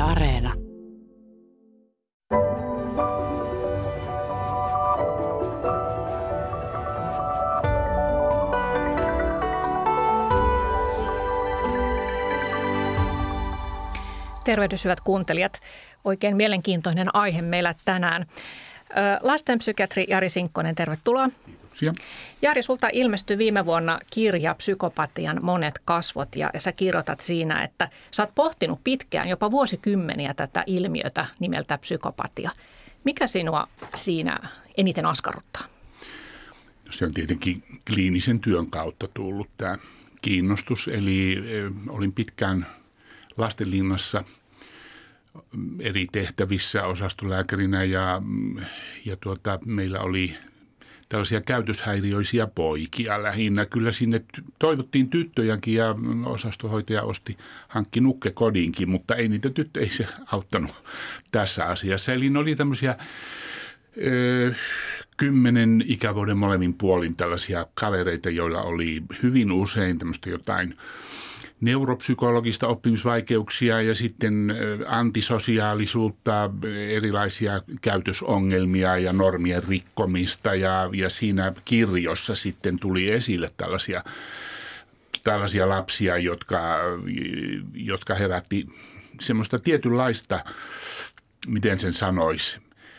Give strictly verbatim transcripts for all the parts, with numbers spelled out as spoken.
Areena. Tervehdys hyvät kuuntelijat. Oikein mielenkiintoinen aihe meillä tänään. Lastenpsykiatri Jari Sinkkonen, tervetuloa. Kiitoksia. Jari, sulta ilmestyi viime vuonna kirja Psykopatian monet kasvot ja sä kirjoitat siinä, että sä oot pohtinut pitkään, jopa vuosikymmeniä tätä ilmiötä nimeltä psykopatia. Mikä sinua siinä eniten askarruttaa? Se on tietenkin kliinisen työn kautta tullut tämä kiinnostus. Eli olin pitkään Lastenlinnassa eri tehtävissä osastolääkärinä ja, ja tuota, meillä oli tällaisia käytöshäiriöisiä poikia lähinnä. Kyllä sinne toivottiin tyttöjäkin ja osastohoitaja osti, hankki nukkekodinkin, mutta ei niitä tyttöjä, ei se auttanut tässä asiassa. Eli ne oli tämmöisiä ö, kymmenen ikävuoden molemmin puolin tällaisia kavereita, joilla oli hyvin usein tämmöistä jotain neuropsykologista oppimisvaikeuksia ja sitten antisosiaalisuutta, erilaisia käytösongelmia ja normien rikkomista. Ja, ja siinä kirjossa sitten tuli esille tällaisia, tällaisia lapsia, jotka, jotka herätti semmoista tietynlaista, miten sen sanoisi,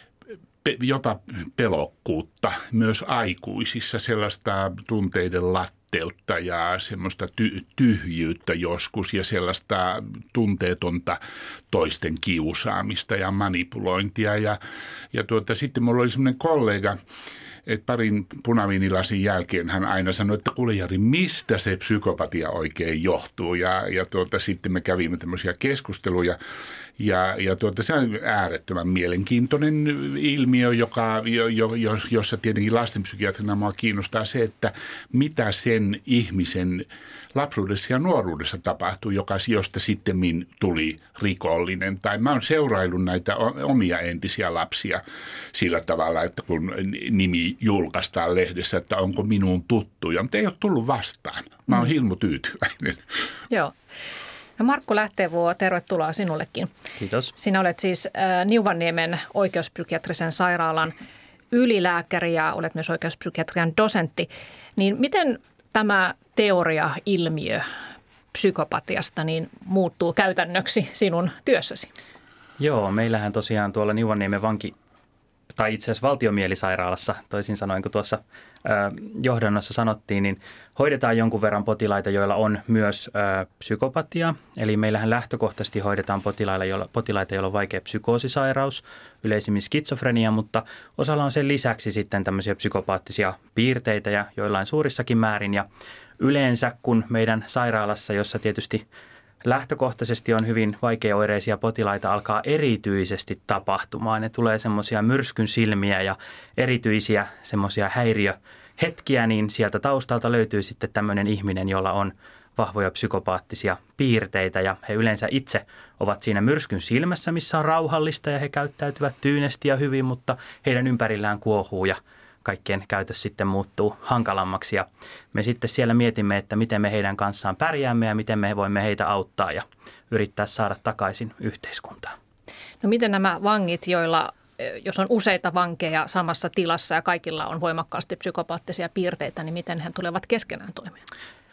jopa pelokkuutta myös aikuisissa, sellaista tunteiden latteutta ja semmoista ty- tyhjyyttä joskus ja sellaista tunteetonta toisten kiusaamista ja manipulointia. Ja, ja tuota, sitten mulla oli semmoinen kollega, että parin punaviinilasin jälkeen hän aina sanoi, että kuule Jari, mistä se psykopatia oikein johtuu? Ja, ja tuota, sitten me kävimme tämmöisiä keskusteluja. Ja, ja tuota, se on äärettömän mielenkiintoinen ilmiö, joka, jo, jo, jossa tietenkin lastenpsykiatrina minua kiinnostaa se, että mitä sen ihmisen lapsuudessa ja nuoruudessa tapahtuu, joka, josta sitten tuli rikollinen. Tai mä oon seuraillut näitä omia entisiä lapsia sillä tavalla, että kun nimi julkaistaan lehdessä, että onko minuun tuttuja, mutta ei ole tullut vastaan. Mä oon hirmu tyytyväinen. Joo. No Markku Lähteenvuo, tervetuloa sinullekin. Kiitos. Sinä olet siis äh, Niuvanniemen oikeuspsykiatrisen sairaalan ylilääkäri ja olet myös oikeuspsykiatrian dosentti. Niin miten tämä teoria-ilmiö psykopatiasta niin muuttuu käytännöksi sinun työssäsi? Joo, meillähän tosiaan tuolla Niuvanniemen vanki, tai itse asiassa valtiomielisairaalassa, toisin sanoen kun tuossa ö, johdannossa sanottiin, niin hoidetaan jonkun verran potilaita, joilla on myös ö, psykopatia. Eli meillähän lähtökohtaisesti hoidetaan potilaita, joilla, potilaita, joilla on vaikea psykoosisairaus, yleisimmin skitsofrenia, mutta osalla on sen lisäksi sitten tämmöisiä psykopaattisia piirteitä ja joillain suurissakin määrin. Ja yleensä kun meidän sairaalassa, jossa tietysti lähtökohtaisesti on hyvin vaikeaoireisia potilaita, alkaa erityisesti tapahtumaan. Ne tulee semmoisia myrskyn silmiä ja erityisiä semmoisia häiriöhetkiä, niin sieltä taustalta löytyy sitten tämmöinen ihminen, jolla on vahvoja psykopaattisia piirteitä ja he yleensä itse ovat siinä myrskyn silmässä, missä on rauhallista ja he käyttäytyvät tyynesti ja hyvin, mutta heidän ympärillään kuohuu ja kaikkien käytös sitten muuttuu hankalammaksi ja me sitten siellä mietimme, että miten me heidän kanssaan pärjäämme ja miten me voimme heitä auttaa ja yrittää saada takaisin yhteiskuntaan. No miten nämä vangit, joilla, jos on useita vankeja samassa tilassa ja kaikilla on voimakkaasti psykopaattisia piirteitä, niin miten he tulevat keskenään toimeen?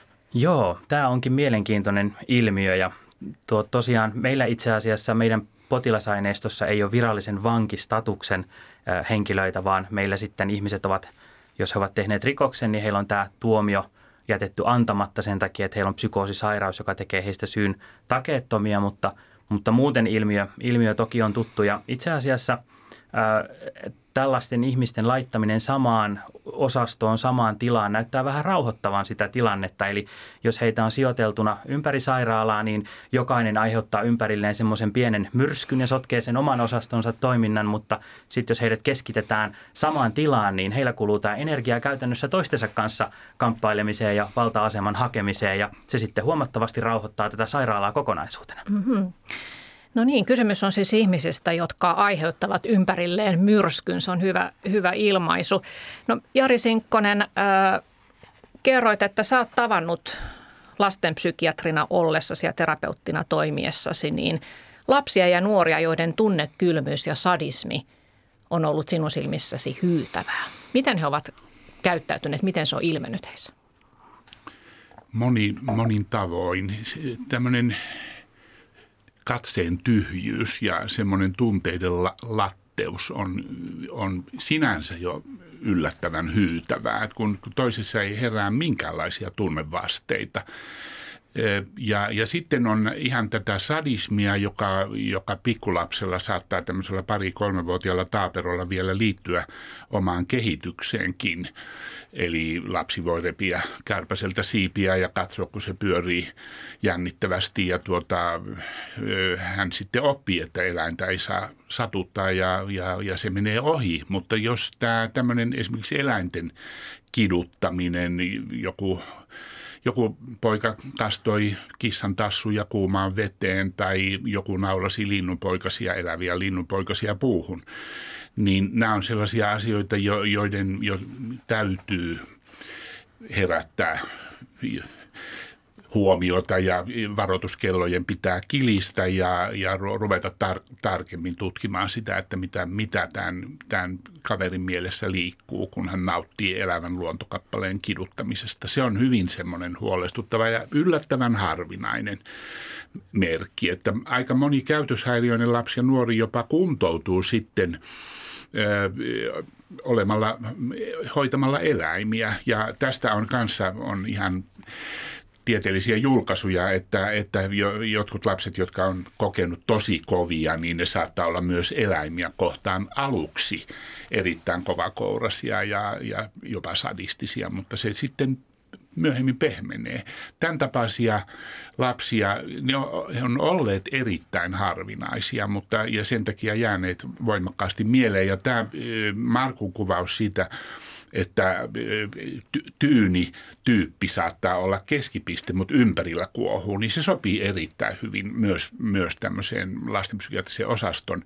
Joo, tämä onkin mielenkiintoinen ilmiö ja tuo, tosiaan meillä itse asiassa meidän potilasaineistossa ei ole virallisen vankistatuksen henkilöitä, vaan meillä sitten ihmiset ovat, jos he ovat tehneet rikoksen, niin heillä on tämä tuomio jätetty antamatta sen takia, että heillä on psykoosisairaus, joka tekee heistä syyn takeettomia, mutta, mutta muuten ilmiö, ilmiö toki on tuttu. Ja itse asiassa ää, tällaisten ihmisten laittaminen samaan osastoon, samaan tilaan näyttää vähän rauhoittavan sitä tilannetta. Eli jos heitä on sijoiteltuna ympäri sairaalaa, niin jokainen aiheuttaa ympärilleen semmoisen pienen myrskyn ja sotkee sen oman osastonsa toiminnan. Mutta sitten jos heidät keskitetään samaan tilaan, niin heillä kuluu tämä energia käytännössä toistensa kanssa kamppailemiseen ja valta-aseman hakemiseen. Ja se sitten huomattavasti rauhoittaa tätä sairaalaa kokonaisuutena. Mm-hmm. No niin, kysymys on siis ihmisistä, jotka aiheuttavat ympärilleen myrskyn. Se on hyvä, hyvä ilmaisu. No Jari Sinkkonen, äh, kerroit, että sä oot tavannut lastenpsykiatrina ollessasi ja terapeuttina toimiessasi niin lapsia ja nuoria, joiden tunnekylmyys ja sadismi on ollut sinun silmissäsi hyytävää. Miten he ovat käyttäytyneet, miten se on ilmennyt heissä? Moni, monin tavoin. Tämmöinen katseen tyhjyys ja semmoinen tunteiden la- latteus on, on sinänsä jo yllättävän hyytävää, kun toisessa ei herää minkäänlaisia tunnevasteita. Ja, ja sitten on ihan tätä sadismia, joka, joka pikkulapsella saattaa tämmöisellä pari-kolmevuotiaalla taaperolla vielä liittyä omaan kehitykseenkin. Eli lapsi voi repiä kärpäseltä siipiä ja katsoa, kun se pyörii jännittävästi ja tuota, hän sitten oppii, että eläintä ei saa satuttaa ja, ja, ja se menee ohi. Mutta jos tämä tämmöinen esimerkiksi eläinten kiduttaminen, joku... Joku poika kastoi kissan tassuja kuumaan veteen tai joku naulasi linnunpoikasia, eläviä linnunpoikasia puuhun. Niin nämä on sellaisia asioita, joiden jo täytyy herättää huomiota ja varoituskellojen pitää kilistä ja, ja ruveta tar- tarkemmin tutkimaan sitä, että mitä, mitä tämän, tämän kaverin mielessä liikkuu, kun hän nauttii elävän luontokappaleen kiduttamisesta. Se on hyvin semmoinen huolestuttava ja yllättävän harvinainen merkki, että aika moni käytöshäiriöinen lapsi ja nuori jopa kuntoutuu sitten ö, olemalla, hoitamalla eläimiä ja tästä on kanssa on ihan tieteellisiä julkaisuja, että, että jotkut lapset, jotka on kokenut tosi kovia, niin ne saattaa olla myös eläimiä kohtaan aluksi erittäin kovakourasia ja, ja jopa sadistisia, mutta se sitten myöhemmin pehmenee. Tämän tapaisia lapsia, ne on olleet erittäin harvinaisia, mutta ja sen takia jääneet voimakkaasti mieleen. Ja tämä Markun kuvaus siitä, että tyyni tyyppi saattaa olla keskipiste, mutta ympärillä kuohuu, niin se sopii erittäin hyvin myös, myös tämmöiseen lastenpsykiatrisen osaston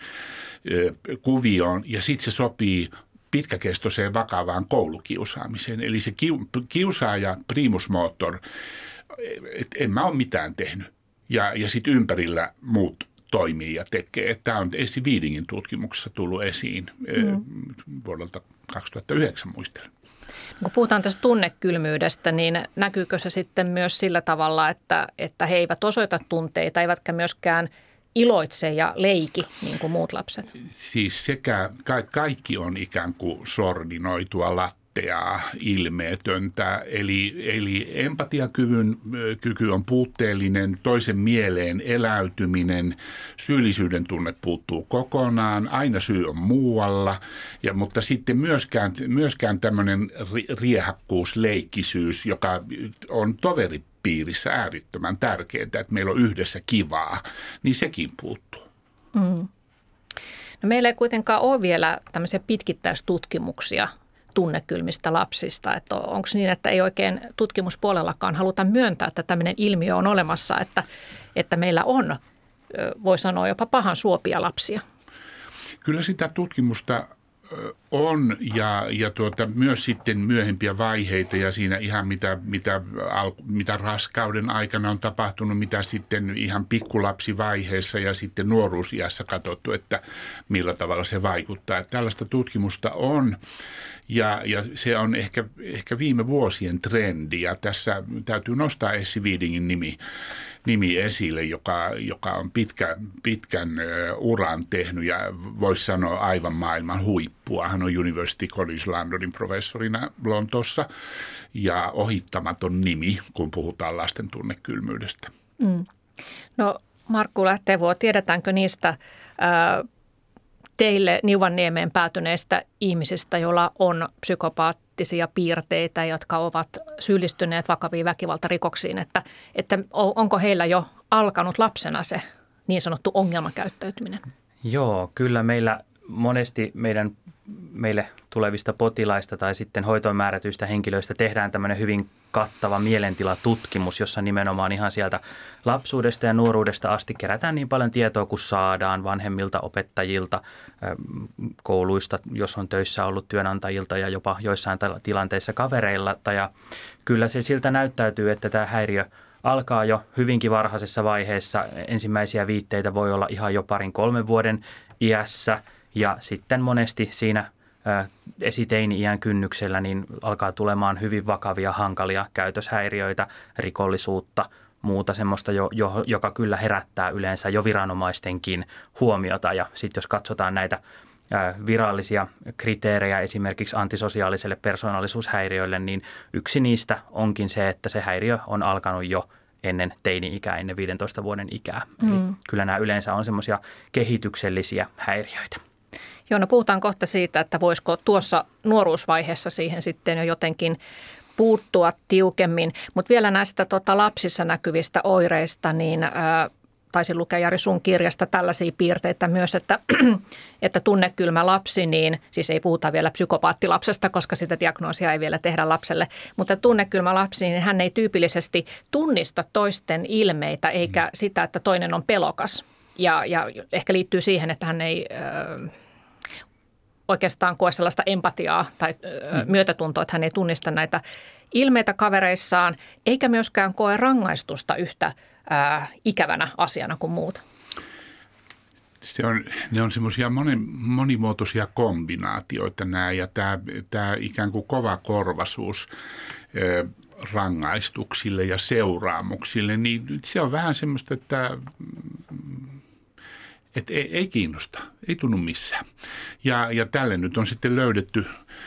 kuvioon. Ja sitten se sopii pitkäkestoiseen vakavaan koulukiusaamiseen. Eli se kiusaaja primus motor, että en mä ole mitään tehnyt. Ja, ja sitten ympärillä muut toimii ja tekee. Tämä on Essi Viidingin tutkimuksessa tullut esiin mm. vuodelta kaksituhattayhdeksän muistelen. Kun puhutaan tästä tunnekylmyydestä, niin näkyykö se sitten myös sillä tavalla, että, että he eivät osoita tunteita, eivätkä myöskään iloitse ja leiki niin kuin muut lapset? Siis sekä ka- kaikki on ikään kuin sordinoitua latteaa, ilmeetöntä, eli, eli empatiakyvyn kyky on puutteellinen, toisen mieleen eläytyminen, syyllisyyden tunne puuttuu kokonaan, aina syy on muualla, ja, mutta sitten myöskään, myöskään tämmöinen riehakkuus, leikkisyys, joka on toveri piirissä äärittömän tärkeää, että meillä on yhdessä kivaa, niin sekin puuttuu. Mm. No meillä ei kuitenkaan ole vielä tämmöisiä pitkittäistutkimuksia tunnekylmistä lapsista. Että onko niin, että ei oikein tutkimuspuolellakaan haluta myöntää, että tämmöinen ilmiö on olemassa, että, että meillä on, voi sanoa, jopa pahan suopia lapsia? Kyllä sitä tutkimusta on ja, ja tuota, myös sitten myöhempiä vaiheita ja siinä ihan mitä, mitä, mitä raskauden aikana on tapahtunut, mitä sitten ihan pikkulapsivaiheessa ja sitten nuoruusiässä katsottu, että millä tavalla se vaikuttaa. Että tällaista tutkimusta on ja, ja se on ehkä, ehkä viime vuosien trendi ja tässä täytyy nostaa Essi Viidingin nimi. nimi esille, joka, joka on pitkä, pitkän uran tehnyt ja voisi sanoa aivan maailman huippua. Hän on University College Londonin professorina Lontoossa ja ohittamaton nimi, kun puhutaan lasten tunnekylmyydestä. Mm. No Markku Lähteenvuo, tiedetäänkö niistä ää, teille Niuvanniemeen päätyneistä ihmisistä, joilla on psykopaattisia piirteitä, jotka ovat syyllistyneet vakaviin väkivaltarikoksiin, että, että onko heillä jo alkanut lapsena se niin sanottu ongelmakäyttäytyminen? Joo, kyllä meillä monesti meidän, meille tulevista potilaista tai sitten hoitoon määrätyistä henkilöistä tehdään tämmöinen hyvin kattava mielentilatutkimus, jossa nimenomaan ihan sieltä lapsuudesta ja nuoruudesta asti kerätään niin paljon tietoa kuin saadaan vanhemmilta, opettajilta, kouluista, jos on töissä ollut työnantajilta ja jopa joissain tilanteissa kavereilla. Ja kyllä se siltä näyttäytyy, että tämä häiriö alkaa jo hyvinkin varhaisessa vaiheessa. Ensimmäisiä viitteitä voi olla ihan jo parin kolmen vuoden iässä ja sitten monesti siinä esiteini-iän kynnyksellä niin alkaa tulemaan hyvin vakavia, hankalia käytöshäiriöitä, rikollisuutta, muuta semmoista, jo, jo, joka kyllä herättää yleensä jo viranomaistenkin huomiota. Ja sitten jos katsotaan näitä virallisia kriteerejä esimerkiksi antisosiaaliselle persoonallisuushäiriöille, niin yksi niistä onkin se, että se häiriö on alkanut jo ennen teini-ikää, ennen viidentoista vuoden ikää. Mm. Eli kyllä nämä yleensä on semmoisia kehityksellisiä häiriöitä. Joo, no puhutaan kohta siitä, että voisiko tuossa nuoruusvaiheessa siihen sitten jo jotenkin puuttua tiukemmin. Mutta vielä näistä tota, lapsissa näkyvistä oireista, niin ää, taisin lukea Jari sun kirjasta tällaisia piirteitä myös, että, että tunnekylmä lapsi, niin siis ei puhuta vielä psykopaattilapsesta, koska sitä diagnoosia ei vielä tehdä lapselle, mutta tunnekylmä lapsi, niin hän ei tyypillisesti tunnista toisten ilmeitä eikä sitä, että toinen on pelokas. Ja, ja ehkä liittyy siihen, että hän ei Äh, oikeastaan koe sellaista empatiaa tai mm. myötätuntoa, että hän ei tunnista näitä ilmeitä kavereissaan, eikä myöskään koe rangaistusta yhtä ää, ikävänä asiana kuin muut. Se on, ne on semmoisia monimuotoisia kombinaatioita nämä ja tämä, tämä ikään kuin kova korvaisuus ää, rangaistuksille ja seuraamuksille, niin se on vähän semmoista, että Että ei, ei kiinnosta, ei tunnu missään. Ja, ja tälle nyt on sitten löydetty,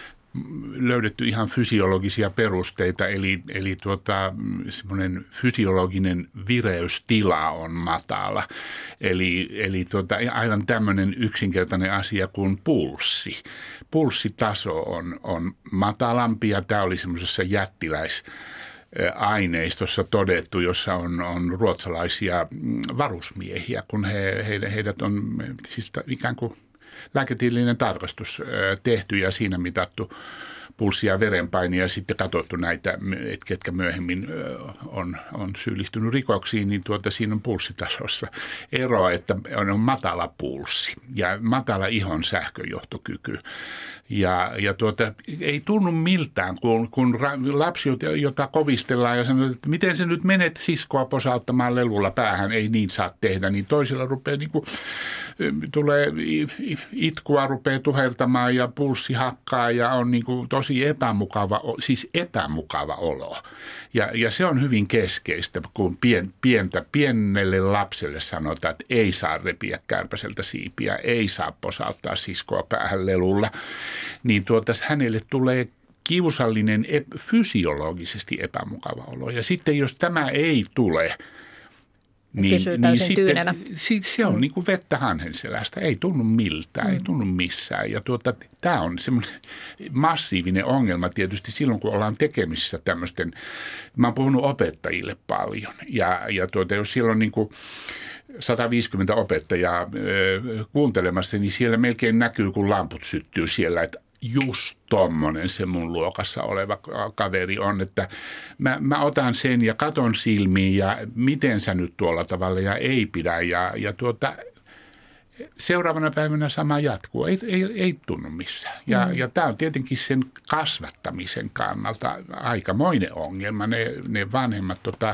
löydetty ihan fysiologisia perusteita, eli, eli tuota, semmoinen fysiologinen vireystila on matala. Eli, eli tuota, aivan tämmöinen yksinkertainen asia kuin pulssi. Pulssitaso on, on matalampi ja tämä oli semmoisessa jättiläis aineistossa todettu, jossa on, on ruotsalaisia varusmiehiä, kun he, he, heidät on siis ikään kuin lääketieteellinen tarkastus tehty ja siinä mitattu pulssia ja verenpainia ja sitten katsottu näitä, että ketkä myöhemmin on, on syyllistynyt rikoksiin, niin tuota, siinä on pulssitasossa eroa, että on matala pulssi ja matala ihon sähköjohtokyky. Ja, ja tuota, ei tunnu miltään, kun, kun lapsi, jota kovistellaan ja sanoo, että miten se nyt menet siskoa posauttamaan lelulla päähän, ei niin saa tehdä, niin toisella rupeaa niin kuin, tulee itkua, rupeaa tuheltamaan ja pulssi hakkaa ja on niin kuin tosi epämukava, siis epämukava olo. Ja, ja se on hyvin keskeistä, kun pien, pientä, pienelle lapselle sanotaan, että ei saa repiä kärpäseltä siipiä, ei saa posauttaa siskoa päähän lelulla. Niin tuota, hänelle tulee kiusallinen, fysiologisesti epämukava olo. Ja sitten jos tämä ei tule, niin, niin sitten se on mm. niin kuin vettä hanhenselästä. Ei tunnu miltään, mm. ei tunnu missään. Ja tuota, tämä on semmoinen massiivinen ongelma tietysti silloin, kun ollaan tekemisissä tämmöisten, mä oon puhunut opettajille paljon. Ja, ja tuota, jos siellä on niin kuin sata viisikymmentä opettajaa ö, kuuntelemassa, niin siellä melkein näkyy, kun lamput syttyy siellä, että just tommonen se mun luokassa oleva kaveri on, että mä, mä otan sen ja katon silmiin ja miten sä nyt tuolla tavalla ja ei pidä ja, ja tuota, seuraavana päivänä sama jatkuu, ei, ei, ei tunnu missään. Ja, mm. ja tämä on tietenkin sen kasvattamisen kannalta aikamoinen ongelma, ne, ne vanhemmat tota,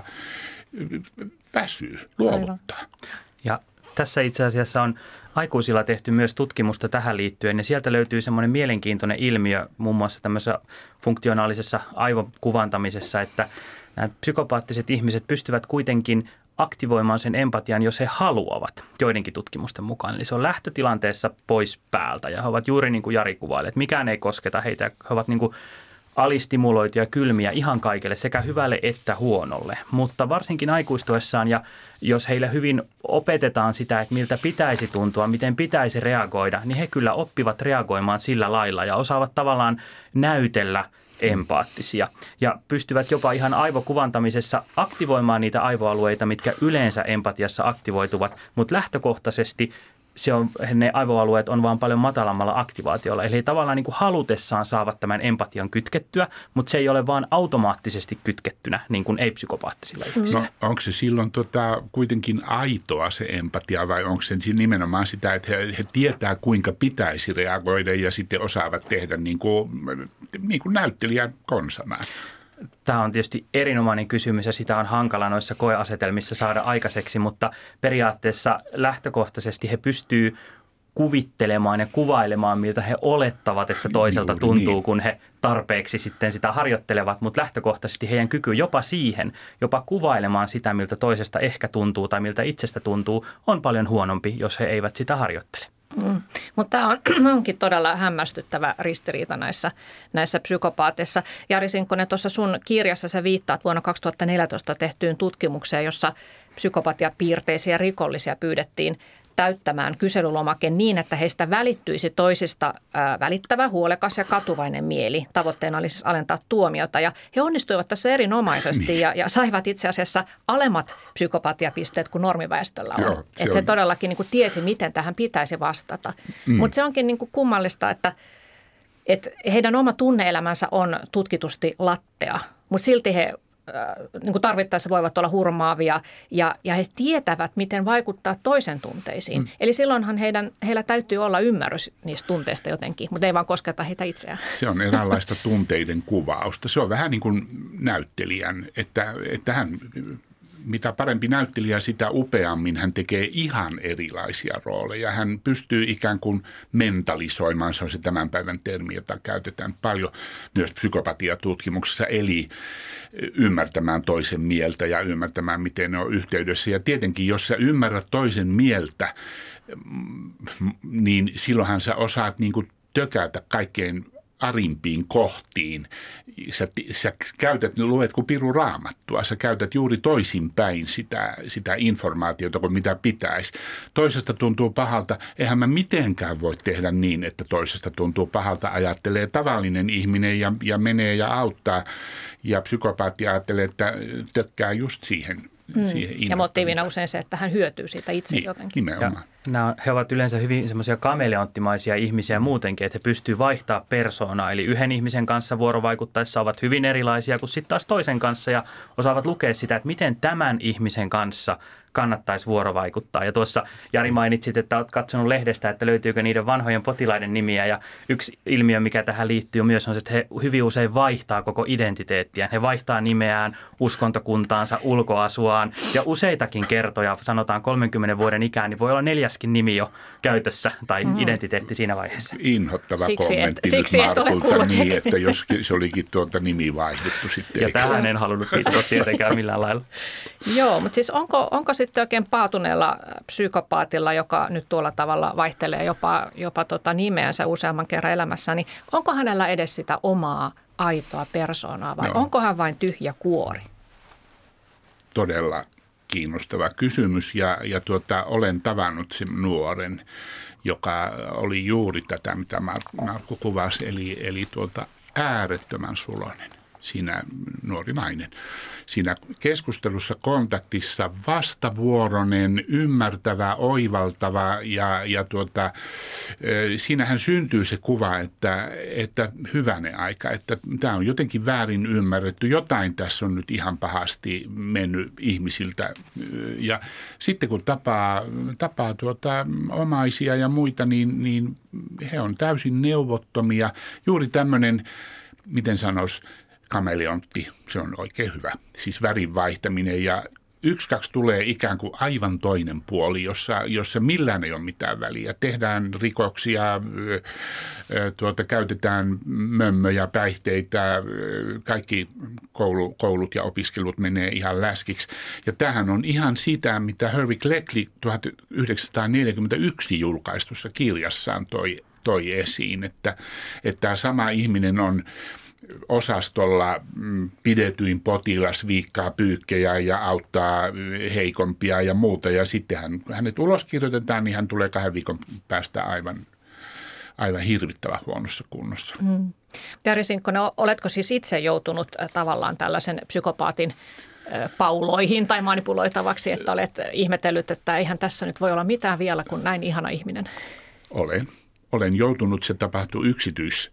väsyy, luovuttaa. Ja tässä itse asiassa on aikuisilla tehty myös tutkimusta tähän liittyen ja sieltä löytyy semmoinen mielenkiintoinen ilmiö muun muassa tämmöisessä funktionaalisessa aivokuvantamisessa, että nämä psykopaattiset ihmiset pystyvät kuitenkin aktivoimaan sen empatian, jos he haluavat joidenkin tutkimusten mukaan. Eli se on lähtötilanteessa pois päältä ja he ovat juuri niin kuin Jari kuvaili, että mikään ei kosketa heitä. He ovat niin kuin alistimuloituja, kylmiä ihan kaikelle, sekä hyvälle että huonolle. Mutta varsinkin aikuistuessaan ja jos heille hyvin opetetaan sitä, että miltä pitäisi tuntua, miten pitäisi reagoida, niin he kyllä oppivat reagoimaan sillä lailla ja osaavat tavallaan näytellä empaattisia ja pystyvät jopa ihan aivokuvantamisessa aktivoimaan niitä aivoalueita, mitkä yleensä empatiassa aktivoituvat, mutta lähtökohtaisesti se on, ne aivoalueet on vaan paljon matalammalla aktivaatiolla. Eli tavallaan niin kuin halutessaan saavat tämän empatian kytkettyä, mutta se ei ole vaan automaattisesti kytkettynä niin kuin ei-psykopaattisilla ihmisillä. No, onko se silloin tota, kuitenkin aitoa se empatia vai onko se nimenomaan sitä, että he, he tietää kuinka pitäisi reagoida ja sitten osaavat tehdä niin kuin, niin kuin näyttelijän konsanaan? Tämä on tietysti erinomainen kysymys ja sitä on hankala noissa koeasetelmissa saada aikaiseksi, mutta periaatteessa lähtökohtaisesti he pystyvät kuvittelemaan ja kuvailemaan, miltä he olettavat, että toiselta Juuri tuntuu, niin. kun he tarpeeksi sitten sitä harjoittelevat, mutta lähtökohtaisesti heidän kyky jopa siihen, jopa kuvailemaan sitä, miltä toisesta ehkä tuntuu tai miltä itsestä tuntuu, on paljon huonompi, jos he eivät sitä harjoittele. Mm. Mutta tämä on, onkin todella hämmästyttävä ristiriita näissä, näissä psykopaateissa. Jari Sinkkonen, tuossa sun kirjassa sä viittaat vuonna kaksituhattaneljätoista tehtyyn tutkimukseen, jossa psykopatiapiirteisiä rikollisia pyydettiin täyttämään kyselylomake niin, että heistä välittyisi toisista ää, välittävä, huolekas ja katuvainen mieli. Tavoitteena oli siis alentaa tuomiota ja he onnistuivat tässä erinomaisesti ja, ja saivat itse asiassa alemmat psykopatiapisteet kuin normiväestöllä on. Joo, että he on todellakin niin kuin tiesi, miten tähän pitäisi vastata. Mm. Mutta se onkin niin kuin kummallista, että, että heidän oma tunne-elämänsä on tutkitusti lattea, mutta silti he niin kuin tarvittaessa voivat olla hurmaavia ja, ja he tietävät, miten vaikuttaa toisen tunteisiin. Mm. Eli silloinhan heidän, heillä täytyy olla ymmärrys niistä tunteista jotenkin, mutta ei vaan kosketa heitä itseään. Se on eräänlaista tunteiden kuvausta. Se on vähän niin kuin näyttelijän, että, että hän, mitä parempi näyttelijä, sitä upeammin hän tekee ihan erilaisia rooleja. Hän pystyy ikään kuin mentalisoimaan, se on se tämän päivän termi, jota käytetään paljon myös psykopatiatutkimuksessa, eli ymmärtämään toisen mieltä ja ymmärtämään, miten ne on yhteydessä. Ja tietenkin, jos sä ymmärrät toisen mieltä, niin silloinhan sä osaat niin kuin tökätä kaikkein arimpiin kohtiin. Sä, sä käytät, luet kuin piru raamattua, sä käytät juuri toisinpäin sitä, sitä informaatiota kuin mitä pitäisi. Toisesta tuntuu pahalta, eihän mä mitenkään voi tehdä niin, että toisesta tuntuu pahalta, ajattelee tavallinen ihminen ja, ja menee ja auttaa. Ja psykopaatti ajattelee, että tökkää just siihen. Hmm. siihen ja motiivina usein se, että hän hyötyy siitä itse niin, jotenkin. Nimenomaan. Nämä, he ovat yleensä hyvin semmoisia kameleonttimaisia ihmisiä muutenkin, että he pystyvät vaihtaa persoonaa. Eli yhden ihmisen kanssa vuorovaikuttaessa ovat hyvin erilaisia kuin sitten taas toisen kanssa ja osaavat lukea sitä, että miten tämän ihmisen kanssa kannattaisi vuorovaikuttaa. Ja tuossa Jari mainitsit, että olet katsonut lehdestä, että löytyykö niiden vanhojen potilaiden nimiä. Ja yksi ilmiö, mikä tähän liittyy myös on se, että he hyvin usein vaihtaa koko identiteettiä. He vaihtaa nimeään, uskontokuntaansa, ulkoasuaan ja useitakin kertoja, sanotaan kolmenkymmenen vuoden ikään, niin voi olla neljäskin nimi jo käytössä tai mm. identiteetti siinä vaiheessa. Inhottava siksi kommentti et, siksi nyt Markulta niin, et että jos se olikin tuota nimi vaihdettu sitten. Ja tähän en halunnut viitata tietenkään millään lailla. Joo, mutta siis onko, onko sitten oikein paatuneella psykopaatilla, joka nyt tuolla tavalla vaihtelee jopa, jopa tota nimeänsä useamman kerran elämässä, niin onko hänellä edes sitä omaa aitoa persoonaa vai no. onko hän vain tyhjä kuori? Todella kiinnostava kysymys ja, ja tuota, olen tavannut sen nuoren, joka oli juuri tätä, mitä Markku kuvasi, eli, eli tuota, äärettömän suloinen. Siinä nuori nainen. Siinä keskustelussa, kontaktissa vastavuoroinen, ymmärtävä, oivaltava ja, ja tuota, siinähän syntyy se kuva, että, että hyvänen aika, että tämä on jotenkin väärin ymmärretty. Jotain tässä on nyt ihan pahasti mennyt ihmisiltä. Ja sitten kun tapaa, tapaa tuota, omaisia ja muita, niin, niin he on täysin neuvottomia. Juuri tämmöinen, miten sanoisi, kameleontti, se on oikein hyvä. Siis värin vaihtaminen ja yksi, kaksi tulee ikään kuin aivan toinen puoli, jossa, jossa millään ei ole mitään väliä. Tehdään rikoksia, tuota, käytetään mömmöjä, päihteitä, kaikki koulu, koulut ja opiskelut menee ihan läskiksi. Ja tämähän on ihan sitä, mitä Harvey Cleckley tuhatyhdeksänsataaneljäkymmentäyksi julkaistussa kirjassaan toi, toi esiin, että, että tämä sama ihminen on osastolla pidetyin potilas, viikkaa pyykkejä ja auttaa heikompia ja muuta. Ja sitten hän, hänet ulos kirjoitetaan, niin hän tulee kahden viikon päästä aivan, aivan hirvittävän huonossa kunnossa. Mm. Jari Sinkkonen, oletko siis itse joutunut tavallaan tällaisen psykopaatin pauloihin tai manipuloitavaksi, että olet ihmetellyt, että eihän tässä nyt voi olla mitään vielä kuin näin ihana ihminen? Olen. Olen joutunut, se tapahtui yksityis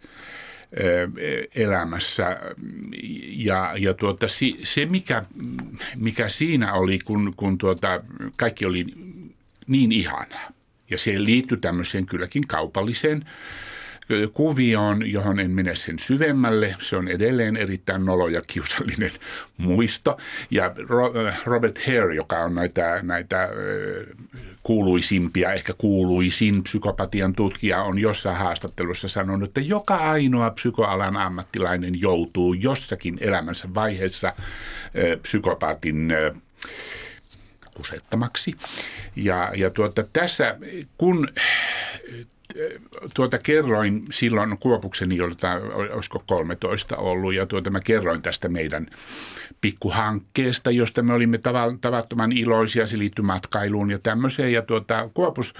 elämässä ja, ja tuota, se mikä, mikä siinä oli, kun, kun tuota, kaikki oli niin ihanaa ja se liittyi tämmöiseen kylläkin kaupalliseen kuvioon, johon en mene sen syvemmälle. Se on edelleen erittäin nolo ja kiusallinen muisto. Ja Robert Hare, joka on näitä, näitä kuuluisimpia, ehkä kuuluisin psykopatian tutkija, on jossain haastattelussa sanonut, että joka ainoa psykoalan ammattilainen joutuu jossakin elämänsä vaiheessa psykopaatin kusettamaksi. Ja, ja tuota, tässä, kun tuota kerroin silloin Kuopukseni, jolta olisiko kolmetoista ollut, ja tuota mä kerroin tästä meidän pikkuhankkeesta, josta me olimme tavattoman iloisia, se liittyi matkailuun ja tämmöiseen. Ja tuota, Kuopus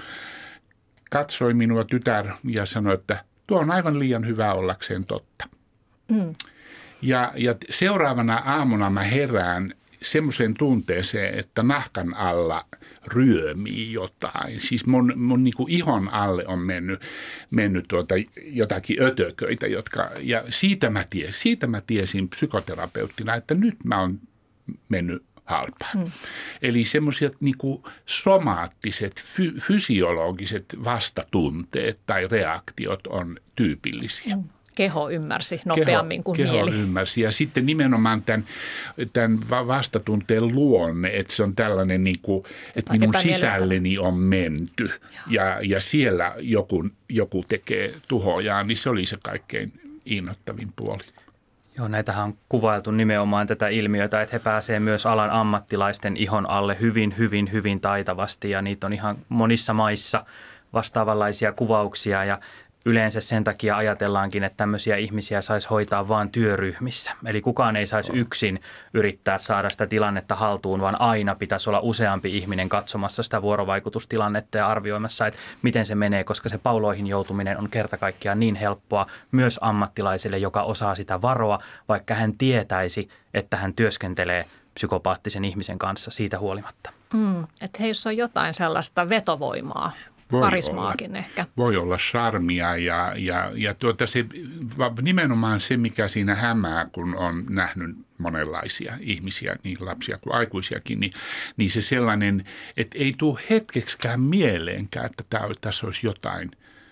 katsoi minua tytär ja sanoi, että tuo on aivan liian hyvä ollakseen totta. Mm. Ja, ja seuraavana aamuna mä herään semmoiseen tunteeseen, että nahkan alla ryömii jotain. Siis mun, mun niin kuin ihon alle on mennyt, mennyt tuota jotakin ötököitä, jotka, ja siitä mä, ties, siitä mä tiesin psykoterapeuttina, että nyt mä oon mennyt halpaan. Hmm. Eli semmoiset niin kuin somaattiset, fy, fysiologiset vastatunteet tai reaktiot on tyypillisiä. Hmm. Keho ymmärsi nopeammin keho, kuin keho mieli. Keho ymmärsi ja sitten nimenomaan tämän, tämän vastatunteen luonne, että se on tällainen, niin kuin, että minun sisälleni on menty ja, ja siellä joku, joku tekee tuhojaan, niin se oli se kaikkein innoittavin puoli. Joo, näitähän on kuvailtu nimenomaan tätä ilmiötä, että he pääsevät myös alan ammattilaisten ihon alle hyvin, hyvin, hyvin taitavasti ja niitä on ihan monissa maissa vastaavanlaisia kuvauksia ja yleensä sen takia ajatellaankin, että tämmöisiä ihmisiä saisi hoitaa vain työryhmissä. Eli kukaan ei saisi yksin yrittää saada sitä tilannetta haltuun, vaan aina pitäisi olla useampi ihminen katsomassa sitä vuorovaikutustilannetta ja arvioimassa, että miten se menee, koska se pauloihin joutuminen on kerta kaikkiaan niin helppoa myös ammattilaiselle, joka osaa sitä varoa, vaikka hän tietäisi, että hän työskentelee psykopaattisen ihmisen kanssa siitä huolimatta. Mm, että heissä on jotain sellaista vetovoimaa. Voi karismaakin olla, ehkä. Voi olla charmia ja, ja, ja tuota se, nimenomaan se, mikä siinä hämää, kun on nähnyt monenlaisia ihmisiä, niin lapsia kuin aikuisiakin, niin, niin se sellainen, että ei tule hetkeksikään mieleenkään, että tää, tässä olisi jotain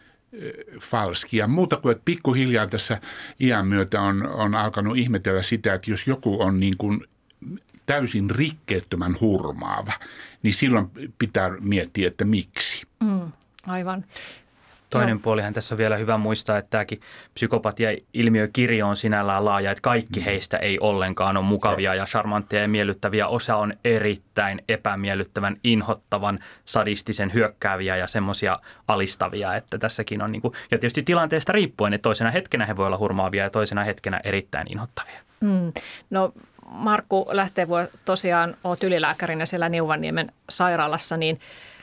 falskia. Muuta kuin, että pikkuhiljaa tässä iän myötä on, on alkanut ihmetellä sitä, että jos joku on niin kuin täysin rikkeettömän hurmaava, niin silloin pitää miettiä, että miksi. Mm, aivan. Toinen no. puolihan tässä on vielä hyvä muistaa, että tämäkin psykopatia-ilmiökirjo on sinällään laaja, että kaikki heistä ei ollenkaan ole mukavia ja charmantteja ja miellyttäviä. Osa on erittäin epämiellyttävän, inhottavan, sadistisen, hyökkääviä ja semmoisia alistavia, että tässäkin on niin kuin, ja tietysti tilanteesta riippuen, että toisena hetkenä he voi olla hurmaavia ja toisena hetkenä erittäin inhottavia. Mm, no Markku Lähteenvuo, tosiaan olet ylilääkärinä siellä Neuvanniemen sairaalassa, niin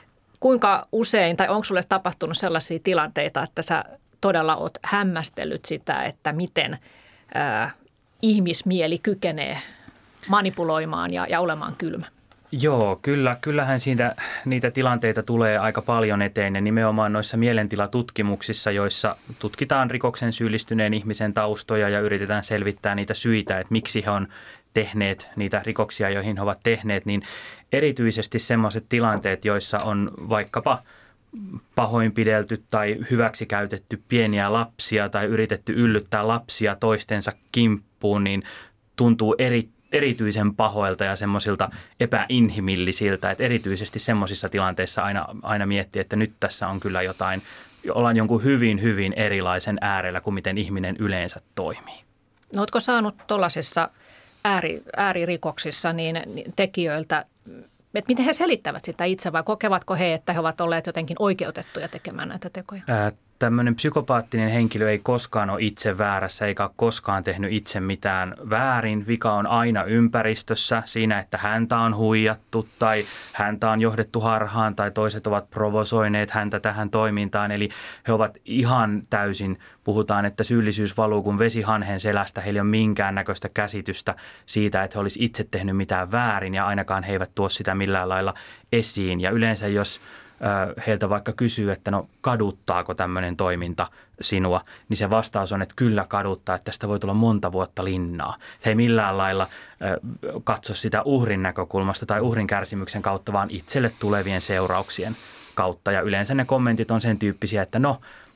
kuinka usein tai onko sulle tapahtunut sellaisia tilanteita, että sä todella oot hämmästellyt sitä, että miten ää, ihmismieli kykenee manipuloimaan ja, ja olemaan kylmä? Joo, kyllä, kyllähän siitä niitä tilanteita tulee aika paljon eteen ja nimenomaan noissa mielentilatutkimuksissa, joissa tutkitaan rikoksen syyllistyneen ihmisen taustoja ja yritetään selvittää niitä syitä, että miksi he on tehneet niitä rikoksia, joihin he ovat tehneet, niin erityisesti sellaiset tilanteet, joissa on vaikkapa pahoinpidelty tai hyväksikäytetty pieniä lapsia tai yritetty yllyttää lapsia toistensa kimppuun, niin tuntuu eri, erityisen pahoilta ja semmoisilta epäinhimillisiltä, että erityisesti semmoisissa tilanteissa aina, aina miettii, että nyt tässä on kyllä jotain, ollaan jonkun hyvin, hyvin erilaisen äärellä kuin miten ihminen yleensä toimii. No ootko saanut tuollaisissa ääri, ääririkoksissa niin tekijöiltä, että miten he selittävät sitä itse vai kokevatko he, että he ovat olleet jotenkin oikeutettuja tekemään näitä tekoja? Ää, tämmöinen psykopaattinen henkilö ei koskaan ole itse väärässä eikä ole koskaan tehnyt itse mitään väärin. Vika on aina ympäristössä siinä, että häntä on huijattu tai häntä on johdettu harhaan tai toiset ovat provosoineet häntä tähän toimintaan. Eli he ovat ihan täysin, puhutaan, että syyllisyys valuu kuin vesi hanhen selästä. Heillä ei ole minkäännäköistä käsitystä siitä, että he olisi itse tehnyt mitään väärin ja ainakaan he eivät tuo sitä millään lailla esiin. Ja yleensä jos heiltä vaikka kysyy, että no kaduttaako tämmöinen toiminta sinua, niin se vastaus on, että kyllä kaduttaa, että tästä voi tulla monta vuotta linnaa. He ei millään lailla katso sitä uhrin näkökulmasta tai uhrin kärsimyksen kautta, vaan itselle tulevien seurauksien kautta. Ja yleensä ne kommentit on sen tyyppisiä, että no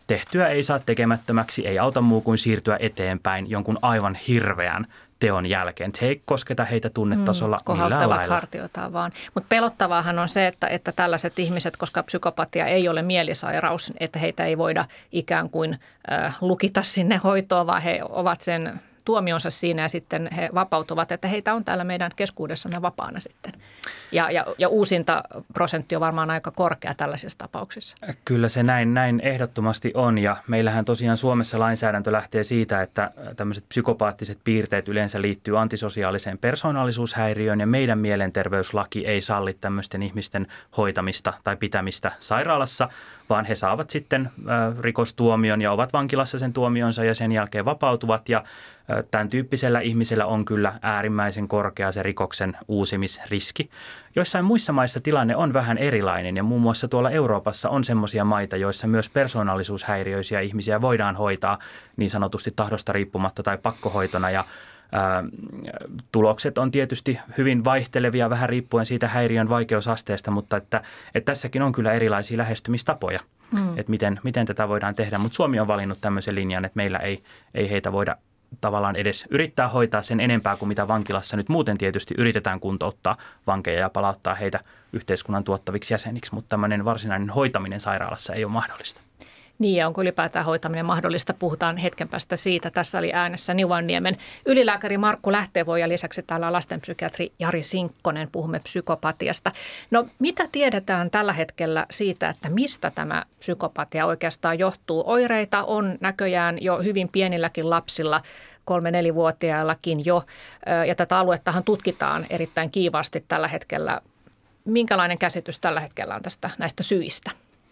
tehtyä ei saa tekemättömäksi, ei auta muu kuin siirtyä eteenpäin jonkun aivan hirveän teon jälkeen. Se ei kosketa heitä tunnetasolla mm, millään lailla. hartioitaan vaan. Mutta pelottavaahan on se, että, että tällaiset ihmiset, koska psykopatia ei ole mielisairaus, että heitä ei voida ikään kuin äh, lukita sinne hoitoon, vaan he ovat sen tuomionsa siinä ja sitten he vapautuvat, että heitä on täällä meidän keskuudessamme vapaana sitten. Ja, ja, ja uusinta prosentti on varmaan aika korkea tällaisissa tapauksissa. Kyllä se näin, näin ehdottomasti on ja meillähän tosiaan Suomessa lainsäädäntö lähtee siitä, että tämmöiset psykopaattiset piirteet yleensä liittyy antisosiaaliseen persoonallisuushäiriöön ja meidän mielenterveyslaki ei salli tämmöisten ihmisten hoitamista tai pitämistä sairaalassa, vaan he saavat sitten äh, rikostuomion ja ovat vankilassa sen tuomionsa ja sen jälkeen vapautuvat ja äh, tämän tyyppisellä ihmisellä on kyllä äärimmäisen korkea se rikoksen uusimisriski. Joissain muissa maissa tilanne on vähän erilainen ja muun muassa tuolla Euroopassa on semmoisia maita, joissa myös persoonallisuushäiriöisiä ihmisiä voidaan hoitaa niin sanotusti tahdosta riippumatta tai pakkohoitona ja Ää, tulokset on tietysti hyvin vaihtelevia vähän riippuen siitä häiriön vaikeusasteesta, mutta että, että tässäkin on kyllä erilaisia lähestymistapoja, mm. että miten, miten tätä voidaan tehdä. Mutta Suomi on valinnut tämmöisen linjan, että meillä ei, ei heitä voida tavallaan edes yrittää hoitaa sen enempää kuin mitä vankilassa nyt muuten tietysti yritetään kuntouttaa vankeja ja palauttaa heitä yhteiskunnan tuottaviksi jäseniksi, mutta tämmöinen varsinainen hoitaminen sairaalassa ei ole mahdollista. Niin ja onko ylipäätään hoitaminen mahdollista? Puhutaan hetken päästä siitä. Tässä oli äänessä Niuvanniemen ylilääkäri Markku Lähteenvuori ja lisäksi täällä on lastenpsykiatri Jari Sinkkonen. Puhumme psykopatiasta. No mitä tiedetään tällä hetkellä siitä, että mistä tämä psykopatia oikeastaan johtuu? Oireita on näköjään jo hyvin pienilläkin lapsilla, kolme-nelivuotiaillakin jo ja tätä aluettahan tutkitaan erittäin kiivaasti tällä hetkellä. Minkälainen käsitys tällä hetkellä on tästä näistä syistä?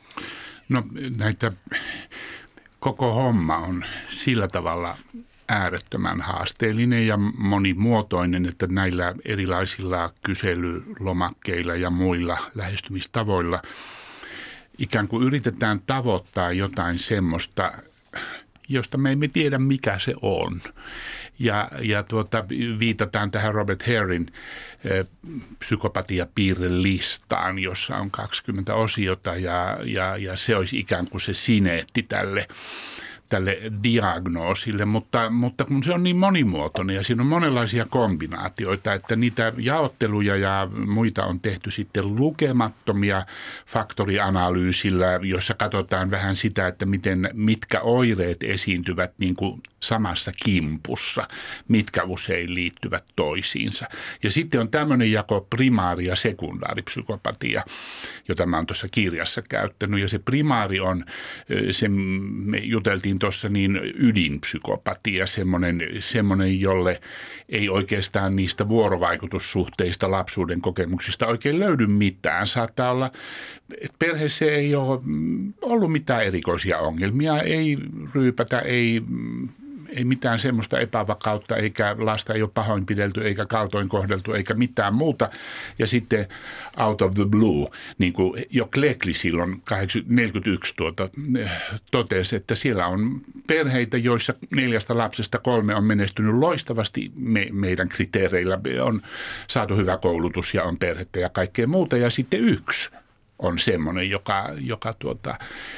No näitä, koko homma on sillä tavalla äärettömän haasteellinen ja monimuotoinen, että näillä erilaisilla kyselylomakkeilla ja muilla lähestymistavoilla ikään kuin yritetään tavoittaa jotain semmoista, josta me emme tiedä mikä se on. Ja, ja tuota, viitataan tähän Robert Harein eh, psykopatiapiirrelistaan, jossa on kaksikymmentä osiota ja, ja, ja se olisi ikään kuin se sineetti tälle, tälle diagnoosille, mutta, mutta kun se on niin monimuotoinen ja siinä on monenlaisia kombinaatioita, että niitä jaotteluja ja muita on tehty sitten lukemattomia faktorianalyysillä, jossa katsotaan vähän sitä, että miten, mitkä oireet esiintyvät niin kuin samassa kimpussa, mitkä usein liittyvät toisiinsa. Ja sitten on tämmöinen jako primaari- ja sekundaaripsykopatia, jota mä oon tuossa kirjassa käyttänyt. Ja se primaari on, se me juteltiin tuossa niin ydinpsykopatia, semmoinen, semmoinen, jolle ei oikeastaan niistä vuorovaikutussuhteista, lapsuuden kokemuksista oikein löydy mitään. Saattaa olla, että perheessä ei ole ollut mitään erikoisia ongelmia, ei ryypätä, ei... Ei mitään semmoista epävakautta, eikä lasta ei ole pahoinpidelty, eikä kaltoin kohdeltu, eikä mitään muuta. Ja sitten out of the blue, niin kuin jo Cleckley silloin neljäkymmentäyksi tuota, totesi, että siellä on perheitä, joissa neljästä lapsesta kolme on menestynyt loistavasti me, meidän kriteereillä. On saatu hyvä koulutus ja on perhettä ja kaikkea muuta. Ja sitten yksi on semmoinen, joka, joka tuota...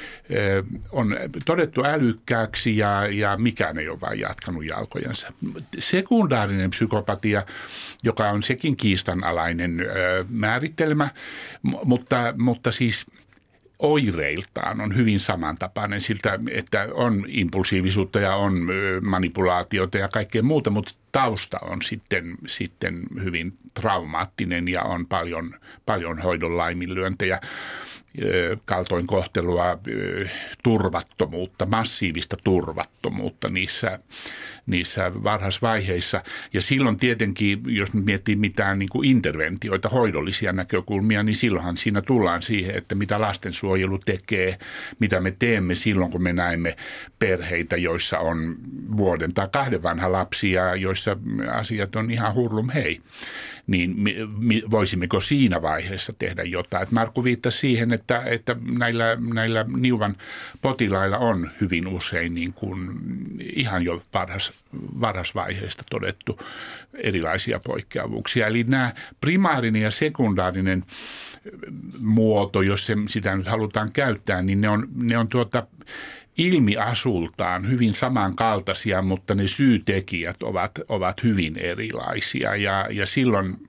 on todettu älykkääksi ja, ja mikään ei ole vain jatkanut jalkojensa. Sekundaarinen psykopatia, joka on sekin kiistanalainen ö, määritelmä, mutta, mutta siis oireiltaan on hyvin samantapainen siltä, että on impulsiivisuutta ja on manipulaatiota ja kaikkea muuta, mutta tausta on sitten, sitten hyvin traumaattinen ja on paljon, paljon hoidon laiminlyöntejä, kaltoinkohtelua, turvattomuutta, massiivista turvattomuutta niissä, niissä varhaisvaiheissa. Ja silloin tietenkin, jos miettii mitään niin kuin interventioita, hoidollisia näkökulmia, niin silloinhan siinä tullaan siihen, että mitä lastensuojelu tekee, mitä me teemme silloin, kun me näemme perheitä, joissa on vuoden tai kahden vanha lapsia, joissa asiat on ihan hurlum hei. Niin voisimmeko siinä vaiheessa tehdä jotain. Et Markku viittasi siihen, että, että näillä, näillä Niuvan potilailla on hyvin usein niin kuin ihan jo varhais, varhaisvaiheesta todettu erilaisia poikkeavuuksia. Eli nämä primaarinen ja sekundaarinen muoto, jos se, sitä nyt halutaan käyttää, niin ne on, ne on tuota... ilmiasultaan hyvin samankaltaisia, mutta ne syytekijät ovat, ovat hyvin erilaisia ja, ja silloin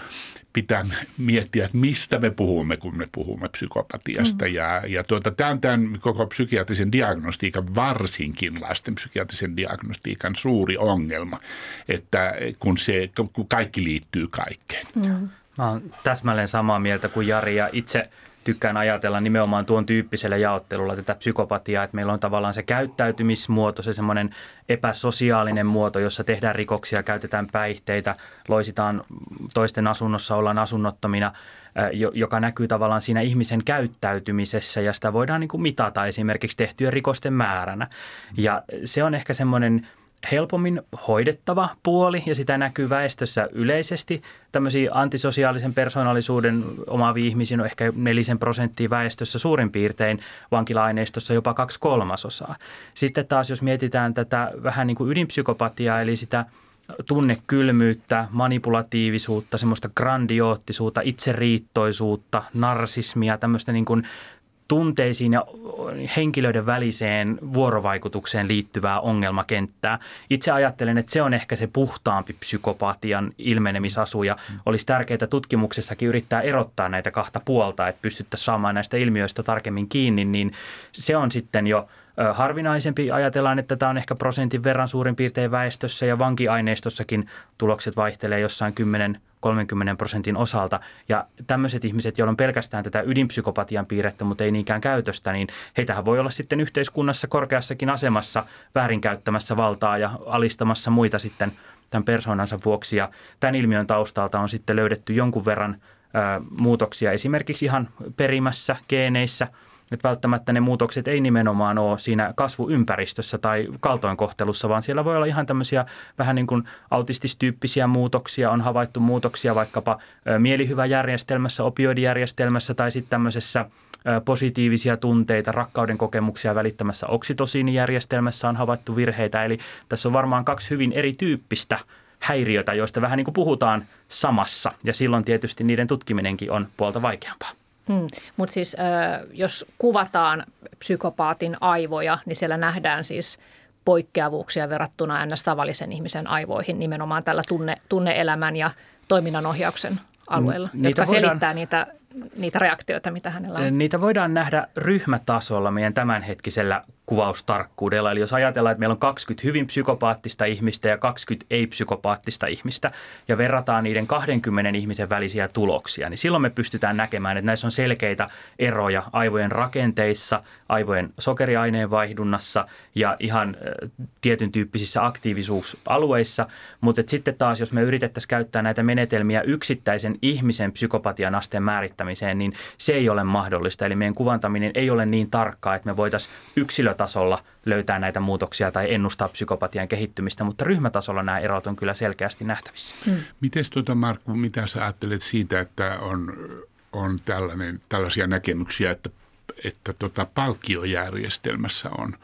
pitää miettiä, että mistä me puhumme, kun me puhumme psykopatiasta. Mm. Ja, ja tuota, tämä on tämän koko psykiatrisen diagnostiikan, varsinkin lasten psykiatrisen diagnostiikan suuri ongelma, että kun, se, kun kaikki liittyy kaikkeen. Mm. Mä oon täsmälleen samaa mieltä kuin Jari ja itse tykkään ajatella nimenomaan tuon tyyppisellä jaottelulla tätä psykopatiaa, että meillä on tavallaan se käyttäytymismuoto, se semmoinen epäsosiaalinen muoto, jossa tehdään rikoksia, käytetään päihteitä, loisitaan toisten asunnossa, ollaan asunnottomina, joka näkyy tavallaan siinä ihmisen käyttäytymisessä ja sitä voidaan niin kuin mitata esimerkiksi tehtyjen rikosten määränä. Ja se on ehkä semmoinen helpommin hoidettava puoli ja sitä näkyy väestössä yleisesti. Tämmöisiä antisosiaalisen persoonallisuuden omaavia ihmisiä on ehkä nelisen prosenttia väestössä suurin piirtein, vankila-aineistossa jopa kaksi kolmasosaa. Sitten taas jos mietitään tätä vähän niin kuin ydinpsykopatiaa eli sitä tunnekylmyyttä, manipulatiivisuutta, semmoista grandioottisuutta, itseriittoisuutta, narsismia, tämmöistä niin kuin tunteisiin ja henkilöiden väliseen vuorovaikutukseen liittyvää ongelmakenttää. Itse ajattelen, että se on ehkä se puhtaampi psykopatian ilmenemisasu ja olisi tärkeää tutkimuksessakin yrittää erottaa näitä kahta puolta, että pystyttäisiin saamaan näistä ilmiöistä tarkemmin kiinni, niin se on sitten jo harvinaisempi. Ajatellaan, että tämä on ehkä prosentin verran suurin piirtein väestössä ja vankiaineistossakin tulokset vaihtelee jossain kymmenen kolmenkymmenen prosentin osalta. Ja tämmöiset ihmiset, joilla on pelkästään tätä ydinpsykopatian piirrettä, mutta ei niinkään käytöstä, niin heitähän voi olla sitten yhteiskunnassa korkeassakin asemassa väärinkäyttämässä valtaa ja alistamassa muita sitten tämän persoonansa vuoksi. Ja tämän ilmiön taustalta on sitten löydetty jonkun verran ä, muutoksia esimerkiksi ihan perimässä, geeneissä. Että välttämättä ne muutokset ei nimenomaan ole siinä kasvuympäristössä tai kaltoinkohtelussa, vaan siellä voi olla ihan tämmöisiä vähän niin kuin autististyyppisiä muutoksia. On havaittu muutoksia vaikkapa mielihyväjärjestelmässä, opioidijärjestelmässä tai sitten tämmöisessä positiivisia tunteita, rakkauden kokemuksia välittämässä oksitosiinijärjestelmässä on havaittu virheitä. Eli tässä on varmaan kaksi hyvin erityyppistä häiriötä, joista vähän niin kuin puhutaan samassa ja silloin tietysti niiden tutkiminenkin on puolta vaikeampaa. Hmm. Mutta siis äh, jos kuvataan psykopaatin aivoja, niin siellä nähdään siis poikkeavuuksia verrattuna ns. Tavallisen ihmisen aivoihin nimenomaan tällä tunne, tunne-elämän ja toiminnanohjauksen alueella, niitä jotka voidaan selittää niitä, niitä reaktioita, mitä hänellä on. Niitä voidaan nähdä ryhmätasolla meidän tämänhetkisellä kuvaustarkkuudella. Eli jos ajatellaan, että meillä on kaksikymmentä hyvin psykopaattista ihmistä ja kaksikymmentä ei-psykopaattista ihmistä ja verrataan niiden kahdenkymmenen ihmisen välisiä tuloksia, niin silloin me pystytään näkemään, että näissä on selkeitä eroja aivojen rakenteissa, aivojen sokeriaineenvaihdunnassa ja ihan tietyn tyyppisissä aktiivisuusalueissa. Mutta sitten taas, jos me yritettäisiin käyttää näitä menetelmiä yksittäisen ihmisen psykopatian asteen määrittämiseen, niin se ei ole mahdollista. Eli meidän kuvantaminen ei ole niin tarkkaa, että me voitaisiin yksilö tasolla löytää näitä muutoksia tai ennustaa psykopatian kehittymistä, mutta ryhmätasolla nämä erot on kyllä selkeästi nähtävissä. Hmm. Mites tuota, Markku, mitä sä ajattelet siitä, että on, on tällainen, tällaisia näkemyksiä, että, että tota palkkiojärjestelmässä on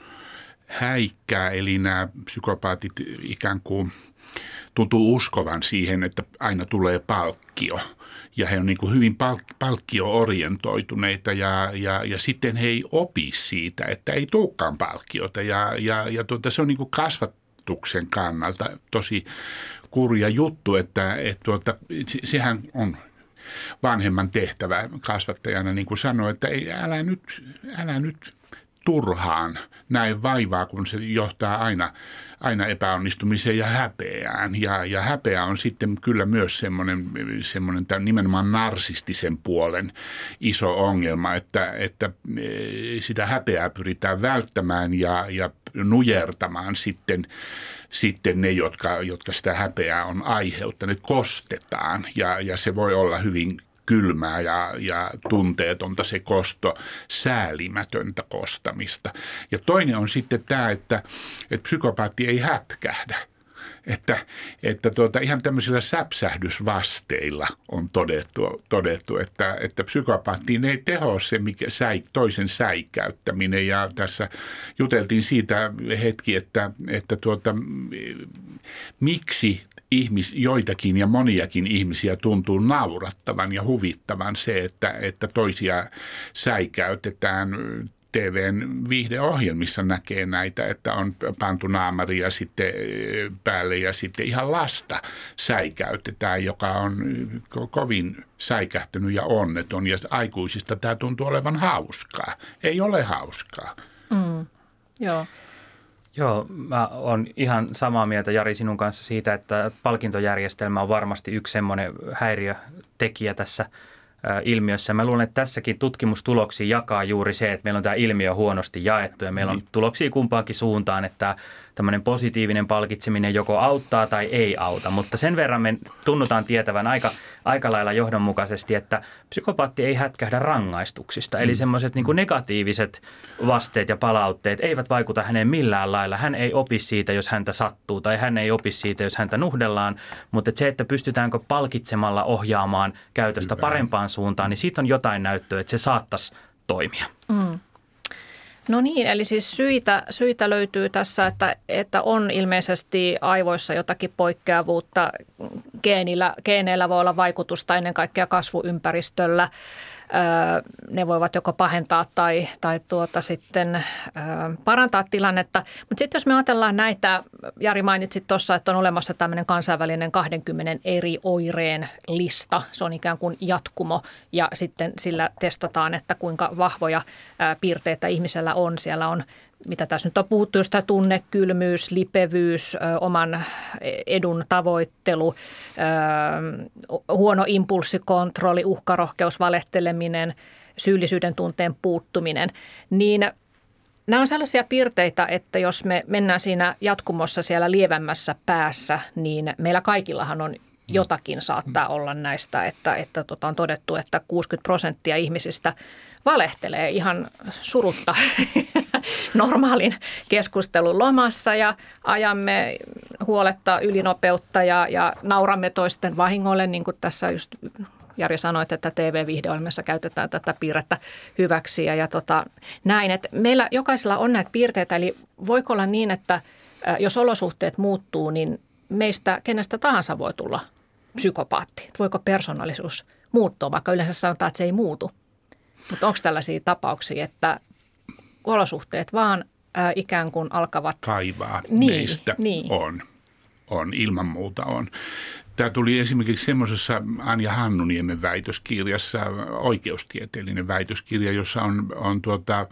häikkää, eli nämä psykopaatit ikään kuin tuntuu uskovan siihen, että aina tulee palkkio. Ja he on niin kuin hyvin palk- palkkio-orientoituneita ja, ja, ja sitten he ei opi siitä, että ei tulekaan palkkiota. Ja, ja, ja tuota, se on niin kuin kasvatuksen kannalta tosi kurja juttu, että et tuota, sehän on vanhemman tehtävä kasvattajana, niin kuin sanoi, että ei, älä nyt, älä nyt turhaan näin vaivaa, kun se johtaa aina, aina epäonnistumiseen ja häpeään. Ja, ja häpeä on sitten kyllä myös semmoinen, semmoinen tämän nimenomaan narsistisen puolen iso ongelma, että, että sitä häpeää pyritään välttämään ja, ja nujertamaan sitten, sitten ne, jotka, jotka sitä häpeää on aiheuttaneet, kostetaan ja, ja se voi olla hyvin kylmää ja, ja tunteetonta se kosto, säälimätöntä kostamista. Ja toinen on sitten tämä, että, että psykopaatti ei hätkähdä. Että, että tuota, ihan tämmöisillä säpsähdysvasteilla on todettu, todettu että, että psykopaattiin ei teho se mikä, säi, toisen säikäyttäminen. Ja tässä juteltiin siitä hetki, että, että tuota, miksi ihmis, joitakin ja moniakin ihmisiä tuntuu naurattavan ja huvittavan se, että, että toisia säikäytetään T V:n viihdeohjelmissa näkee näitä, että on pantu naamaria sitten päälle ja sitten ihan lasta säikäytetään, joka on ko- kovin säikähtynyt ja onneton. Ja aikuisista tämä tuntuu olevan hauskaa. Ei ole hauskaa. Mm, joo. Joo, mä oon ihan samaa mieltä Jari sinun kanssa siitä, että palkintojärjestelmä on varmasti yksi semmoinen häiriötekijä tässä ilmiössä. Mä luulen, että tässäkin tutkimustuloksia jakaa juuri se, että meillä on tämä ilmiö huonosti jaettu ja meillä on tuloksia kumpaankin suuntaan, että tämmöinen positiivinen palkitseminen joko auttaa tai ei auta, mutta sen verran me tunnutaan tietävän aika, aika lailla johdonmukaisesti, että psykopaatti ei hätkähdä rangaistuksista. Eli semmoiset niin kuin negatiiviset vasteet ja palautteet eivät vaikuta häneen millään lailla. Hän ei opi siitä, jos häntä sattuu, tai hän ei opi siitä, jos häntä nuhdellaan, mutta se, että pystytäänkö palkitsemalla ohjaamaan käytöstä Hyvä. parempaan suuntaan, niin siitä on jotain näyttöä, että se saattaisi toimia. Mm. No niin, eli siis syitä, syitä löytyy tässä, että, että on ilmeisesti aivoissa jotakin poikkeavuutta. Geenillä, geeneillä voi olla vaikutusta ennen kaikkea kasvuympäristöllä. Ne voivat joko pahentaa tai, tai tuota sitten parantaa tilannetta. Mutta sitten jos me ajatellaan näitä, Jari mainitsit tuossa, että on olemassa tämmöinen kansainvälinen kaksikymmentä eri oireen lista. Se on ikään kuin jatkumo ja sitten sillä testataan, että kuinka vahvoja piirteitä ihmisellä on. Siellä on, mitä tässä nyt on puhuttu, just tämä tunne, kylmyys, lipevyys, oman edun tavoittelu, huono impulssikontrolli, uhkarohkeus, valehteleminen, syyllisyyden tunteen puuttuminen, niin nämä on sellaisia piirteitä, että jos me mennään siinä jatkumossa siellä lievämmässä päässä, niin meillä kaikillahan on jotakin saattaa olla näistä, että, että tota on todettu, että kuusikymmentä prosenttia ihmisistä valehtelee ihan surutta normaalin keskustelun lomassa ja ajamme huoletta ylinopeutta ja, ja nauramme toisten vahingolle, niin kuin tässä just Jari sanoi, että T V-viihdeohjelmassa käytetään tätä piirrettä hyväksi ja, ja tota, näin. Että meillä jokaisella on näitä piirteitä, eli voiko olla niin, että jos olosuhteet muuttuu, niin meistä kenestä tahansa voi tulla psykopaatti. Voiko persoonallisuus muuttua, vaikka yleensä sanotaan, että se ei muutu. Mutta onko tällaisia tapauksia, että olosuhteet vaan ää, ikään kuin alkavat kaivaa niin, meistä? Niin. On. On, ilman muuta on. Tämä tuli esimerkiksi semmoisessa Anja Hannuniemen väitöskirjassa, oikeustieteellinen väitöskirja, jossa on, on tuota,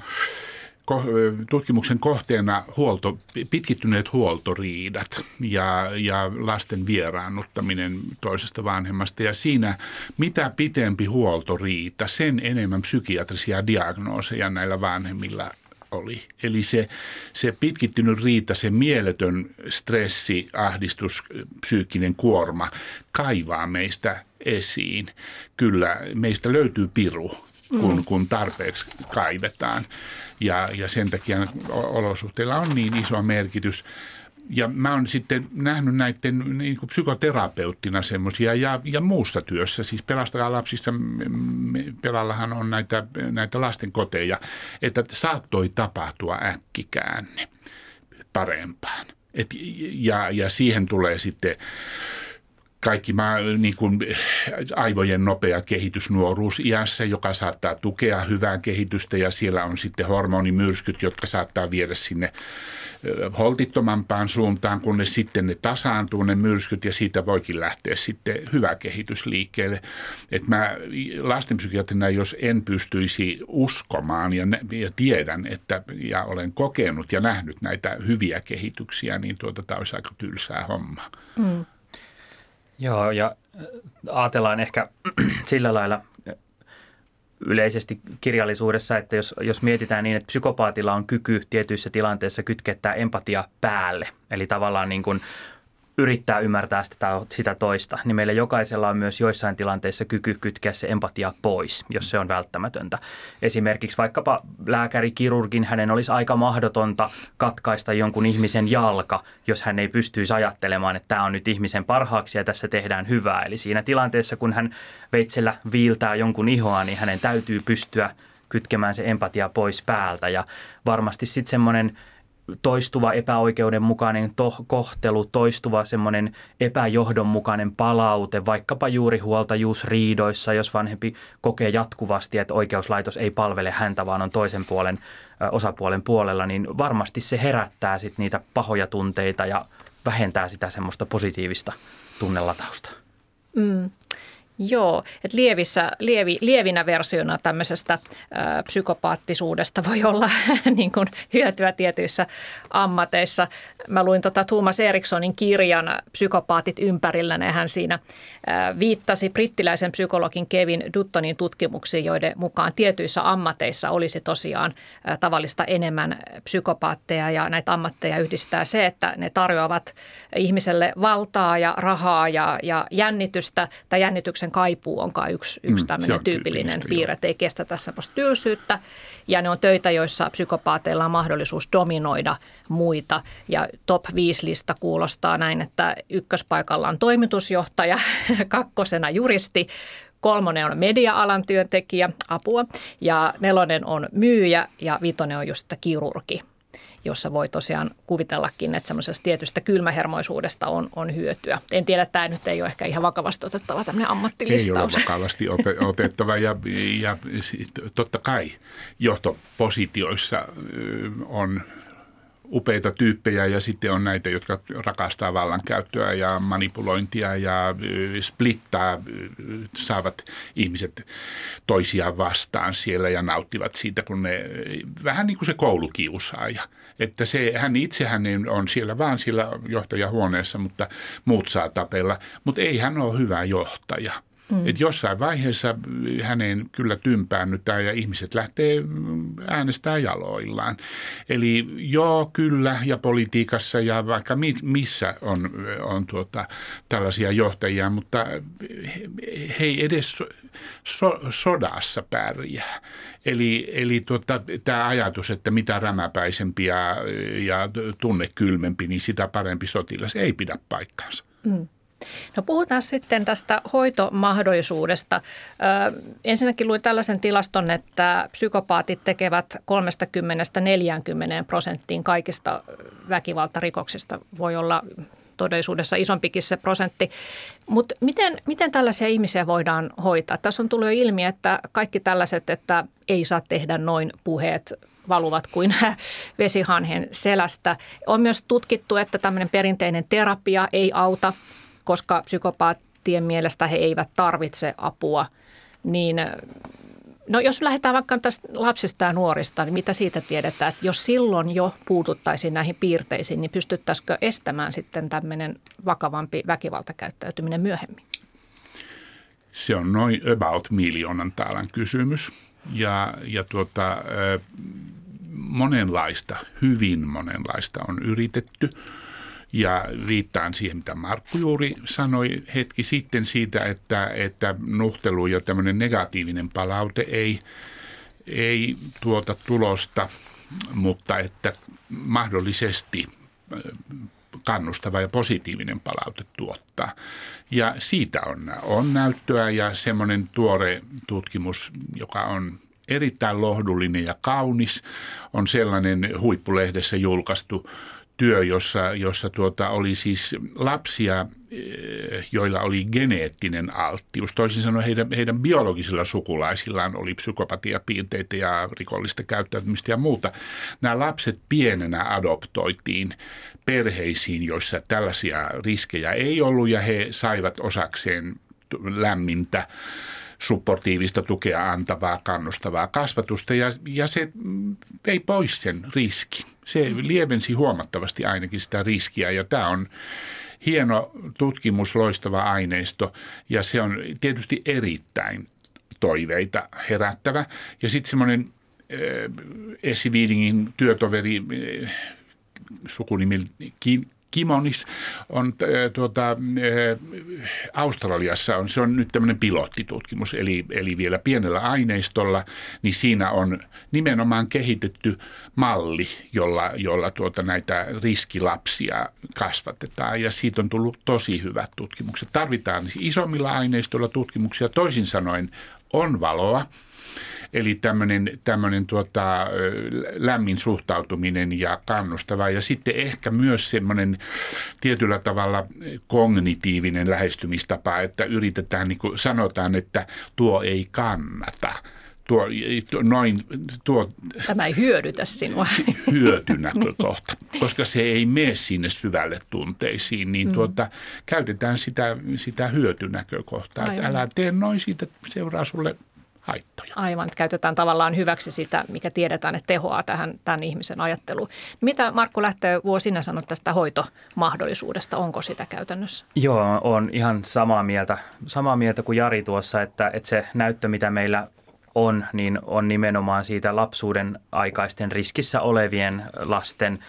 tutkimuksen kohteena huolto, pitkittyneet huoltoriidat ja, ja lasten vieraannuttaminen toisesta vanhemmasta. Ja siinä mitä pitempi huoltoriita, sen enemmän psykiatrisia diagnooseja näillä vanhemmilla oli. Eli se, se pitkittynyt riita, se mieletön stressi, ahdistus, psyykkinen kuorma kaivaa meistä esiin. Kyllä meistä löytyy piru, kun, mm. kun tarpeeksi kaivetaan. Ja, ja sen takia olosuhteilla on niin iso merkitys. Ja mä oon sitten nähnyt näiden niin kuin psykoterapeuttina semmoisia ja, ja muussa työssä. Siis Pelastakaa lapsissa, Pelallahan on näitä, näitä lastenkoteja, että saattoi tapahtua äkkikäänne parempaan. Et, ja, ja siihen tulee sitten kaikki niin kuin aivojen nopea kehitys nuoruusiässä, joka saattaa tukea hyvää kehitystä ja siellä on sitten hormonimyrskyt, jotka saattaa viedä sinne holtittomampaan suuntaan, kun ne sitten ne tasaantuu ne myrskyt ja siitä voikin lähteä sitten hyvä kehitys liikkeelle. Et mä lastenpsykiatrina, jos en pystyisi uskomaan ja, ja tiedän, että ja olen kokenut ja nähnyt näitä hyviä kehityksiä, niin tuota, tämä olisi aika tylsää hommaa. Mm. Joo, ja ajatellaan ehkä sillä lailla yleisesti kirjallisuudessa, että jos, jos mietitään niin, että psykopaatilla on kyky tietyissä tilanteissa kytkettää empatia päälle, eli tavallaan niin kuin yrittää ymmärtää sitä, sitä toista, niin meillä jokaisella on myös joissain tilanteissa kyky kytkeä se empatia pois, jos se on välttämätöntä. Esimerkiksi vaikkapa lääkäri, kirurgin, hänen olisi aika mahdotonta katkaista jonkun ihmisen jalka, jos hän ei pystyisi ajattelemaan, että tämä on nyt ihmisen parhaaksi ja tässä tehdään hyvää. Eli siinä tilanteessa, kun hän veitsellä viiltää jonkun ihoa, niin hänen täytyy pystyä kytkemään se empatia pois päältä ja varmasti sitten semmoinen toistuva epäoikeudenmukainen to- kohtelu, toistuva semmoinen epäjohdonmukainen palaute, vaikkapa juuri huoltajuusriidoissa, jos vanhempi kokee jatkuvasti, että oikeuslaitos ei palvele häntä, vaan on toisen puolen ö, osapuolen puolella, niin varmasti se herättää sit niitä pahoja tunteita ja vähentää sitä semmoista positiivista tunnelatausta. Mm. Joo, että lievissä, lievi, lievinä versiona tämmöisestä ä, psykopaattisuudesta voi olla niin kuin hyötyä tietyissä ammateissa. Mä luin tota Thomas Erikssonin kirjan Psykopaatit ympärillään ja hän siinä ä, viittasi brittiläisen psykologin Kevin Duttonin tutkimuksiin, joiden mukaan tietyissä ammateissa olisi tosiaan ä, tavallista enemmän psykopaatteja ja näitä ammatteja yhdistää se, että ne tarjoavat ihmiselle valtaa ja rahaa ja, ja jännitystä tai jännityksen kaipuu onkaan yksi, yksi tämmöinen mm, tyypillinen piirre, että ei kestä tässä semmoista tylsyyttä. Ja ne on töitä, joissa psykopaateilla on mahdollisuus dominoida muita. Ja top viisi lista kuulostaa näin, että ykköspaikalla on toimitusjohtaja, kakkosena juristi, kolmonen on media-alan työntekijä, apua, ja nelonen on myyjä ja viitonen on just kirurgi, jossa voi tosiaan kuvitellakin, että semmoisesta tietystä kylmähermoisuudesta on, on hyötyä. En tiedä, että tämä nyt ei ole ehkä ihan vakavasti otettava tämmöinen ammattilistaus. Ei ole vakavasti otettava ja, ja totta kai johtopositioissa on upeita tyyppejä ja sitten on näitä, jotka rakastaa vallankäyttöä ja manipulointia ja splittaa, saavat ihmiset toisiaan vastaan siellä ja nauttivat siitä, kun ne vähän niin kuin se koulukiusaaja. Että se, hän itsehän on siellä vaan siellä johtajahuoneessa, mutta muut saa tapella, mutta ei hän ole hyvä johtaja. Mm. Että jossain vaiheessa häneen kyllä tympäännytään ja ihmiset lähtee äänestää jaloillaan. Eli joo, kyllä ja politiikassa ja vaikka missä on, on tuota, tällaisia johtajia, mutta he ei edes so, so, sodassa pärjää. Eli, eli tuota, tämä ajatus, että mitä rämäpäisempi ja, ja tunne kylmempi, niin sitä parempi sotilas ei pidä paikkaansa. Mm. No puhutaan sitten tästä hoitomahdollisuudesta. Ö, ensinnäkin luin tällaisen tilaston, että psykopaatit tekevät kolmekymmentä neljäkymmentä prosenttiin kaikista väkivaltarikoksista. Voi olla todellisuudessa isompikin se prosentti. Mutta miten, miten tällaisia ihmisiä voidaan hoitaa? Tässä on tullut jo ilmi, että kaikki tällaiset, että ei saa tehdä noin puheet, valuvat kuin vesihanhen selästä. On myös tutkittu, että tämmöinen perinteinen terapia ei auta, koska psykopaattien mielestä he eivät tarvitse apua, niin no jos lähdetään vaikka tästä lapsista ja nuorista, niin mitä siitä tiedetään, että jos silloin jo puututtaisiin näihin piirteisiin, niin pystyttäisikö estämään sitten tämmöinen vakavampi väkivaltakäyttäytyminen myöhemmin? Se on noin about miljoonan taalan kysymys ja, ja tuota, monenlaista, hyvin monenlaista on yritetty. Ja viittaan siihen, mitä Markku juuri sanoi hetki sitten siitä, että, että nuhtelu ja tämmöinen negatiivinen palaute ei, ei tuota tulosta, mutta että mahdollisesti kannustava ja positiivinen palaute tuottaa. Ja siitä on, on näyttöä ja semmoinen tuore tutkimus, joka on erittäin lohdullinen ja kaunis, on sellainen huippulehdessä julkaistu työ, jossa, jossa tuota oli siis lapsia, joilla oli geneettinen alttius. Toisin sanoen heidän, heidän biologisilla sukulaisillaan oli psykopatiapiirteitä ja rikollista käyttäytymistä ja muuta. Nämä lapset pienenä adoptoitiin perheisiin, joissa tällaisia riskejä ei ollut ja he saivat osakseen lämmintä, supportiivista tukea antavaa, kannustavaa kasvatusta ja, ja se vei pois sen riski. Se lievensi huomattavasti ainakin sitä riskiä ja tämä on hieno tutkimus, loistava aineisto ja se on tietysti erittäin toiveita herättävä. Ja sitten semmoinen äh, Essi Viidingin työtoveri, äh, sukunimi Kimonis on äh, tuota, äh, Australiassa, on, se on nyt tämmöinen pilottitutkimus, eli, eli vielä pienellä aineistolla, niin siinä on nimenomaan kehitetty malli, jolla, jolla tuota, näitä riskilapsia kasvatetaan ja siitä on tullut tosi hyvät tutkimukset. Tarvitaan isommilla aineistoilla tutkimuksia, toisin sanoen on valoa. eli tämmöinen, tämmöinen tuota, lämmin suhtautuminen ja kannustava. Ja sitten ehkä myös semmoinen tietyllä tavalla kognitiivinen lähestymistapa, että yritetään, niin kuin sanotaan, että tuo ei kannata. Tuo, noin, tuo, Tämä ei hyödytä sinua. Hyötynäkökohta, koska se ei mene sinne syvälle tunteisiin, niin mm. tuota, käytetään sitä, sitä hyötynäkökohtaa. Aivan. Että älä tee noin, siitä seuraa sulle haittoja. Aivan, käytetään tavallaan hyväksi sitä, mikä tiedetään, että tehoaa tähän tämän ihmisen ajatteluun. Mitä Markku Lähtevuo sinä sanot tästä hoitomahdollisuudesta? Onko sitä käytännössä? Joo, on ihan samaa mieltä, samaa mieltä kuin Jari tuossa, että, että se näyttö, mitä meillä on, niin on nimenomaan siitä lapsuuden aikaisten riskissä olevien lasten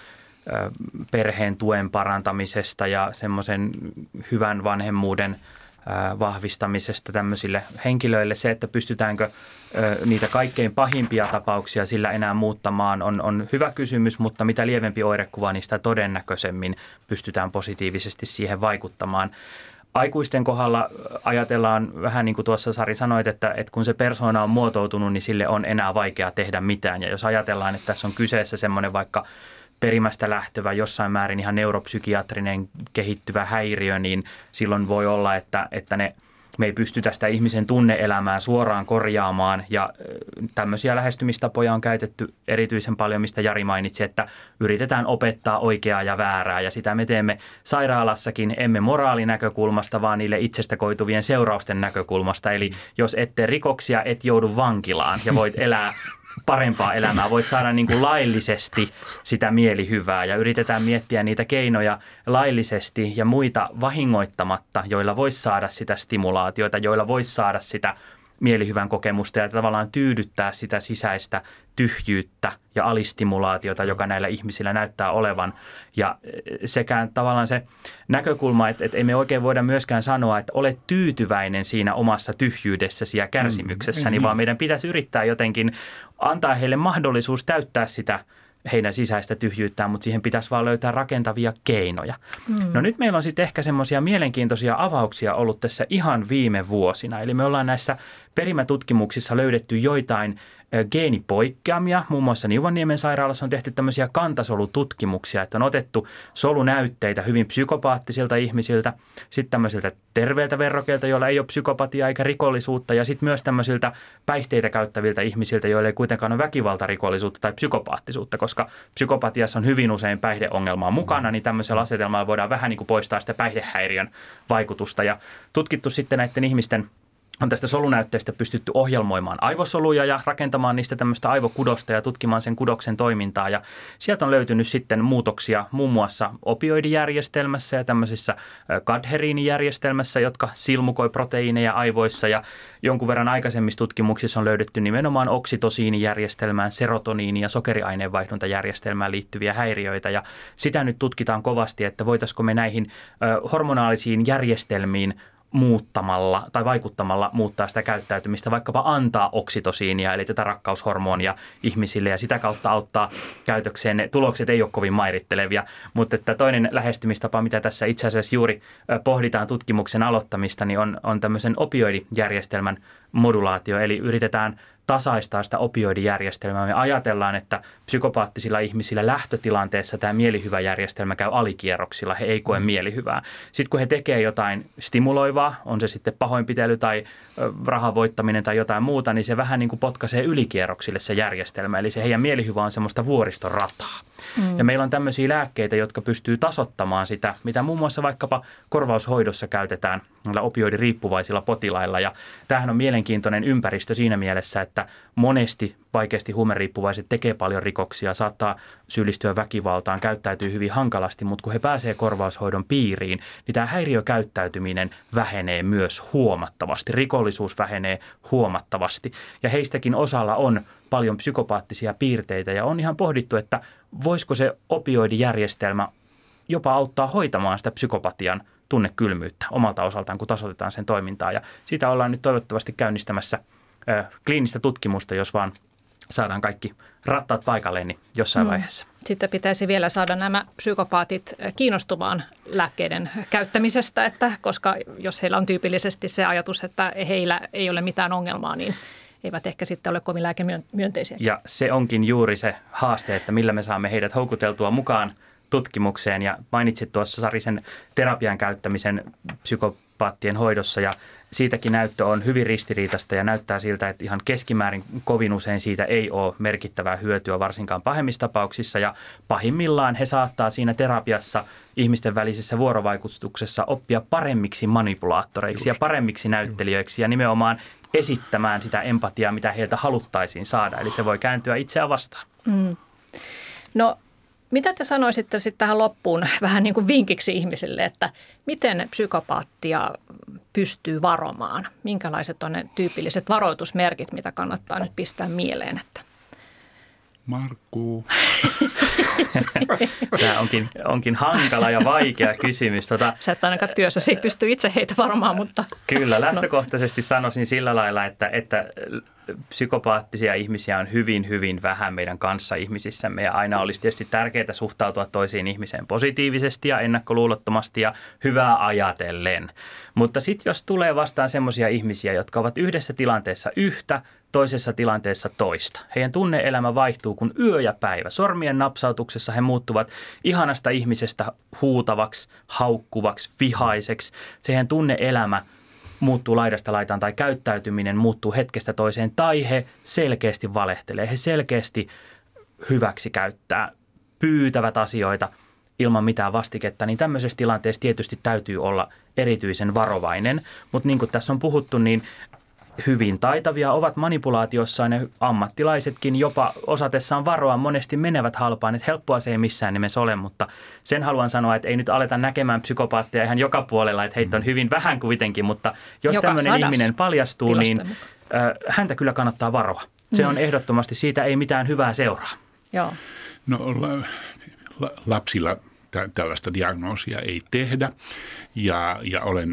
perheen tuen parantamisesta ja semmoisen hyvän vanhemmuuden vahvistamisesta tämmöisille henkilöille. Se, että pystytäänkö niitä kaikkein pahimpia tapauksia sillä enää muuttamaan, on, on hyvä kysymys, mutta mitä lievempi oirekuva, niin sitä todennäköisemmin pystytään positiivisesti siihen vaikuttamaan. Aikuisten kohdalla ajatellaan vähän niin kuin tuossa Sari sanoit, että, että kun se persoona on muotoutunut, niin sille on enää vaikea tehdä mitään. Ja jos ajatellaan, että tässä on kyseessä semmoinen vaikka perimästä lähtevä jossain määrin ihan neuropsykiatrinen kehittyvä häiriö, niin silloin voi olla, että, että ne, me ei pystytä sitä ihmisen tunne-elämää suoraan korjaamaan. Ja tämmöisiä lähestymistapoja on käytetty erityisen paljon, mistä Jari mainitsi, että yritetään opettaa oikeaa ja väärää. Ja sitä me teemme sairaalassakin, emme moraalinäkökulmasta, vaan niille itsestä koituvien seurausten näkökulmasta. Eli jos et tee rikoksia, et joudu vankilaan ja voit elää parempaa elämää. Voit saada niin kuin laillisesti sitä mielihyvää ja yritetään miettiä niitä keinoja laillisesti ja muita vahingoittamatta, joilla voisi saada sitä stimulaatiota, joilla voisi saada sitä mielihyvän kokemusta ja tavallaan tyydyttää sitä sisäistä tyhjyyttä ja alistimulaatiota, joka näillä ihmisillä näyttää olevan. Ja sekään tavallaan se näkökulma, että, että emme oikein voida myöskään sanoa, että olet tyytyväinen siinä omassa tyhjyydessäsi ja kärsimyksessäni, mm, vaan meidän pitäisi yrittää jotenkin antaa heille mahdollisuus täyttää sitä heidän sisäistä tyhjyyttään, mutta siihen pitäisi vaan löytää rakentavia keinoja. Mm. No nyt meillä on sitten ehkä semmoisia mielenkiintoisia avauksia ollut tässä ihan viime vuosina. Eli me ollaan näissä perimätutkimuksissa löydetty joitain geenipoikkeamia. Muun muassa Niuvanniemen sairaalassa on tehty tämmöisiä kantasolututkimuksia, että on otettu solunäytteitä hyvin psykopaattisilta ihmisiltä, sitten tämmöisiltä terveiltä verrokeilta, joilla ei ole psykopatia eikä rikollisuutta, ja sitten myös tämmöisiltä päihteitä käyttäviltä ihmisiltä, joilla ei kuitenkaan ole väkivaltarikollisuutta tai psykopaattisuutta, koska psykopatiassa on hyvin usein päihdeongelmaa mukana, niin tämmöisellä asetelmalla voidaan vähän niin kuin poistaa sitä päihdehäiriön vaikutusta. Ja tutkittu sitten näiden ihmisten on tästä solunäytteestä pystytty ohjelmoimaan aivosoluja ja rakentamaan niistä tämmöistä aivokudosta ja tutkimaan sen kudoksen toimintaa. Ja sieltä on löytynyt sitten muutoksia muun muassa opioidijärjestelmässä ja tämmöisissä kadheriinijärjestelmässä, jotka silmukoi proteiineja aivoissa. Ja jonkun verran aikaisemmissa tutkimuksissa on löydetty nimenomaan oksitosiinijärjestelmään, serotoniini- ja sokeriaineenvaihduntajärjestelmään liittyviä häiriöitä. Ja sitä nyt tutkitaan kovasti, että voitaisiko me näihin hormonaalisiin järjestelmiin muuttamalla tai vaikuttamalla muuttaa sitä käyttäytymistä, vaikkapa antaa oksitosiinia, eli tätä rakkaushormonia ihmisille ja sitä kautta auttaa käytökseen. Ne tulokset ei ole kovin mairittelevia, mutta että toinen lähestymistapa, mitä tässä itse asiassa juuri pohditaan tutkimuksen aloittamista, niin on, on tämmöisen opioidijärjestelmän modulaatio, eli yritetään tasaistaa sitä opioidijärjestelmää. Me ajatellaan, että psykopaattisilla ihmisillä lähtötilanteessa tämä mielihyväjärjestelmä käy alikierroksilla. He ei koe mielihyvää. Sitten kun he tekevät jotain stimuloivaa, on se sitten pahoinpitely tai rahan voittaminen tai jotain muuta, niin se vähän niin kuin potkaisee ylikierroksille se järjestelmä. Eli se heidän mielihyvä on semmoista vuoristorataa. Mm. Ja meillä on tämmöisiä lääkkeitä, jotka pystyy tasoittamaan sitä, mitä muun muassa vaikkapa korvaushoidossa käytetään näillä opioidiriippuvaisilla potilailla. Ja tämähän on mielenkiintoinen ympäristö siinä mielessä, että monesti vaikeasti huumeriippuvaiset tekee paljon rikoksia, saattaa syyllistyä väkivaltaan, käyttäytyy hyvin hankalasti, mutta kun he pääsee korvaushoidon piiriin, niin tämä häiriökäyttäytyminen vähenee myös huomattavasti. Rikollisuus vähenee huomattavasti ja heistäkin osalla on paljon psykopaattisia piirteitä ja on ihan pohdittu, että voisiko se opioidijärjestelmä jopa auttaa hoitamaan sitä psykopatian tunnekylmyyttä omalta osaltaan, kun tasoitetaan sen toimintaa. Ja siitä ollaan nyt toivottavasti käynnistämässä ö, kliinistä tutkimusta, jos vaan saadaan kaikki rattaat paikalleen niin jossain mm. vaiheessa. Sitten pitäisi vielä saada nämä psykopaatit kiinnostumaan lääkkeiden käyttämisestä, että koska jos heillä on tyypillisesti se ajatus, että heillä ei ole mitään ongelmaa, niin eivät ehkä sitten ole kovin lääkemyönteisiä. Ja se onkin juuri se haaste, että millä me saamme heidät houkuteltua mukaan tutkimukseen. Ja mainitsit tuossa Sari sen terapian käyttämisen psykopaattien hoidossa ja siitäkin näyttö on hyvin ristiriitaista ja näyttää siltä, että ihan keskimäärin kovin usein siitä ei ole merkittävää hyötyä varsinkaan pahimmissa tapauksissa ja pahimmillaan he saattaa siinä terapiassa ihmisten välisessä vuorovaikutuksessa oppia paremmiksi manipulaattoreiksi Just. ja paremmiksi näyttelijöiksi ja nimenomaan esittämään sitä empatiaa, mitä heiltä haluttaisiin saada. Eli se voi kääntyä itseään vastaan. Mm. No mitä te sanoisitte sitten tähän loppuun vähän niin kuin vinkiksi ihmisille, että miten psykopaattia pystyy varomaan? Minkälaiset on ne tyypilliset varoitusmerkit, mitä kannattaa nyt pistää mieleen? Että... Markku. Tämä onkin, onkin hankala ja vaikea kysymys. Tota, Sä et ainakaan työssäsi pysty itse heitä varomaan, mutta... Kyllä, lähtökohtaisesti sanoisin sillä lailla, että, että psykopaattisia ihmisiä on hyvin, hyvin vähän meidän kanssa ihmisissämme ja aina olisi tietysti tärkeää suhtautua toisiin ihmiseen positiivisesti ja ennakkoluulottomasti ja hyvää ajatellen. Mutta sitten jos tulee vastaan semmoisia ihmisiä, jotka ovat yhdessä tilanteessa yhtä, toisessa tilanteessa toista. Heidän tunne-elämä vaihtuu kuin yö ja päivä. Sormien napsautuksessa he muuttuvat ihanasta ihmisestä huutavaksi, haukkuvaksi, vihaiseksi. Se heidän tunne-elämä muuttuu laidasta laitaan tai käyttäytyminen muuttuu hetkestä toiseen tai he selkeästi valehtelee. He selkeästi hyväksi käyttää, pyytävät asioita ilman mitään vastiketta, niin tämmöisessä tilanteessa tietysti täytyy olla erityisen varovainen. Mutta niin kuin tässä on puhuttu, niin hyvin taitavia ovat manipulaatiossaan ja ammattilaisetkin jopa osatessaan varoa monesti menevät halpaan, että helppoa se ei missään nimessä ole, mutta sen haluan sanoa, että ei nyt aleta näkemään psykopaatteja ihan joka puolella, että heitä on hyvin vähän kuitenkin, mutta jos joka tämmöinen sadas ihminen paljastuu, niin äh, häntä kyllä kannattaa varoa. Se on ehdottomasti, siitä ei mitään hyvää seuraa. Joo. No la, la, lapsilla tä, tällaista diagnoosia ei tehdä ja, ja olen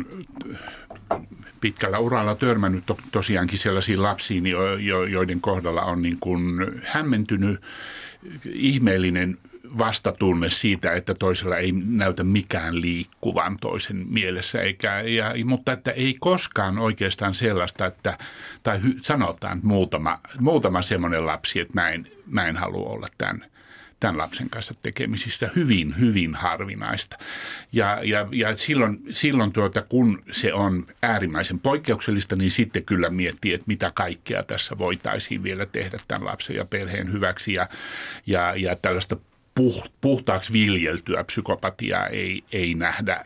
pitkällä uralla törmännyt to, tosiaankin sellaisiin lapsiin, jo, jo, joiden kohdalla on niin kuin hämmentynyt ihmeellinen vastatunne siitä, että toisella ei näytä mikään liikkuvan toisen mielessä, eikä, ja, mutta että ei koskaan oikeastaan sellaista, että, tai hy, sanotaan muutama, muutama semmoinen lapsi, että mä en, mä en halua olla tämän, tämän lapsen kanssa tekemisissä, hyvin, hyvin harvinaista. Ja, ja, ja silloin, silloin tuota, kun se on äärimmäisen poikkeuksellista, niin sitten kyllä miettii, että mitä kaikkea tässä voitaisiin vielä tehdä tämän lapsen ja perheen hyväksi ja, ja, ja tällaista puhtaaksi viljeltyä psykopatiaa ei, ei nähdä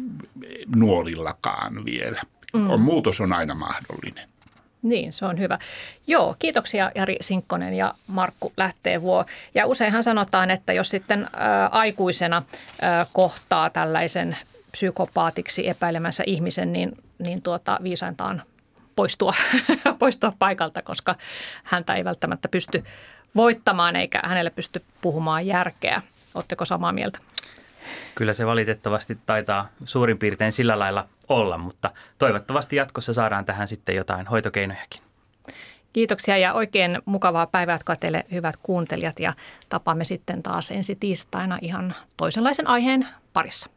nuorillakaan vielä. Mm. Muutos on aina mahdollinen. Niin, se on hyvä. Joo, kiitoksia Jari Sinkkonen ja Markku Lähteenvuo. Ja useinhan sanotaan, että jos sitten ä, aikuisena ä, kohtaa tällaisen psykopaatiksi epäilemänsä ihmisen, niin, niin tuota, viisainta on poistua, poistua paikalta, koska häntä ei välttämättä pysty voittamaan eikä hänelle pysty puhumaan järkeä. Oletteko samaa mieltä? Kyllä se valitettavasti taitaa suurin piirtein sillä lailla olla, mutta toivottavasti jatkossa saadaan tähän sitten jotain hoitokeinojakin. Kiitoksia ja oikein mukavaa päivää teille hyvät kuuntelijat ja tapaamme sitten taas ensi tiistaina ihan toisenlaisen aiheen parissa.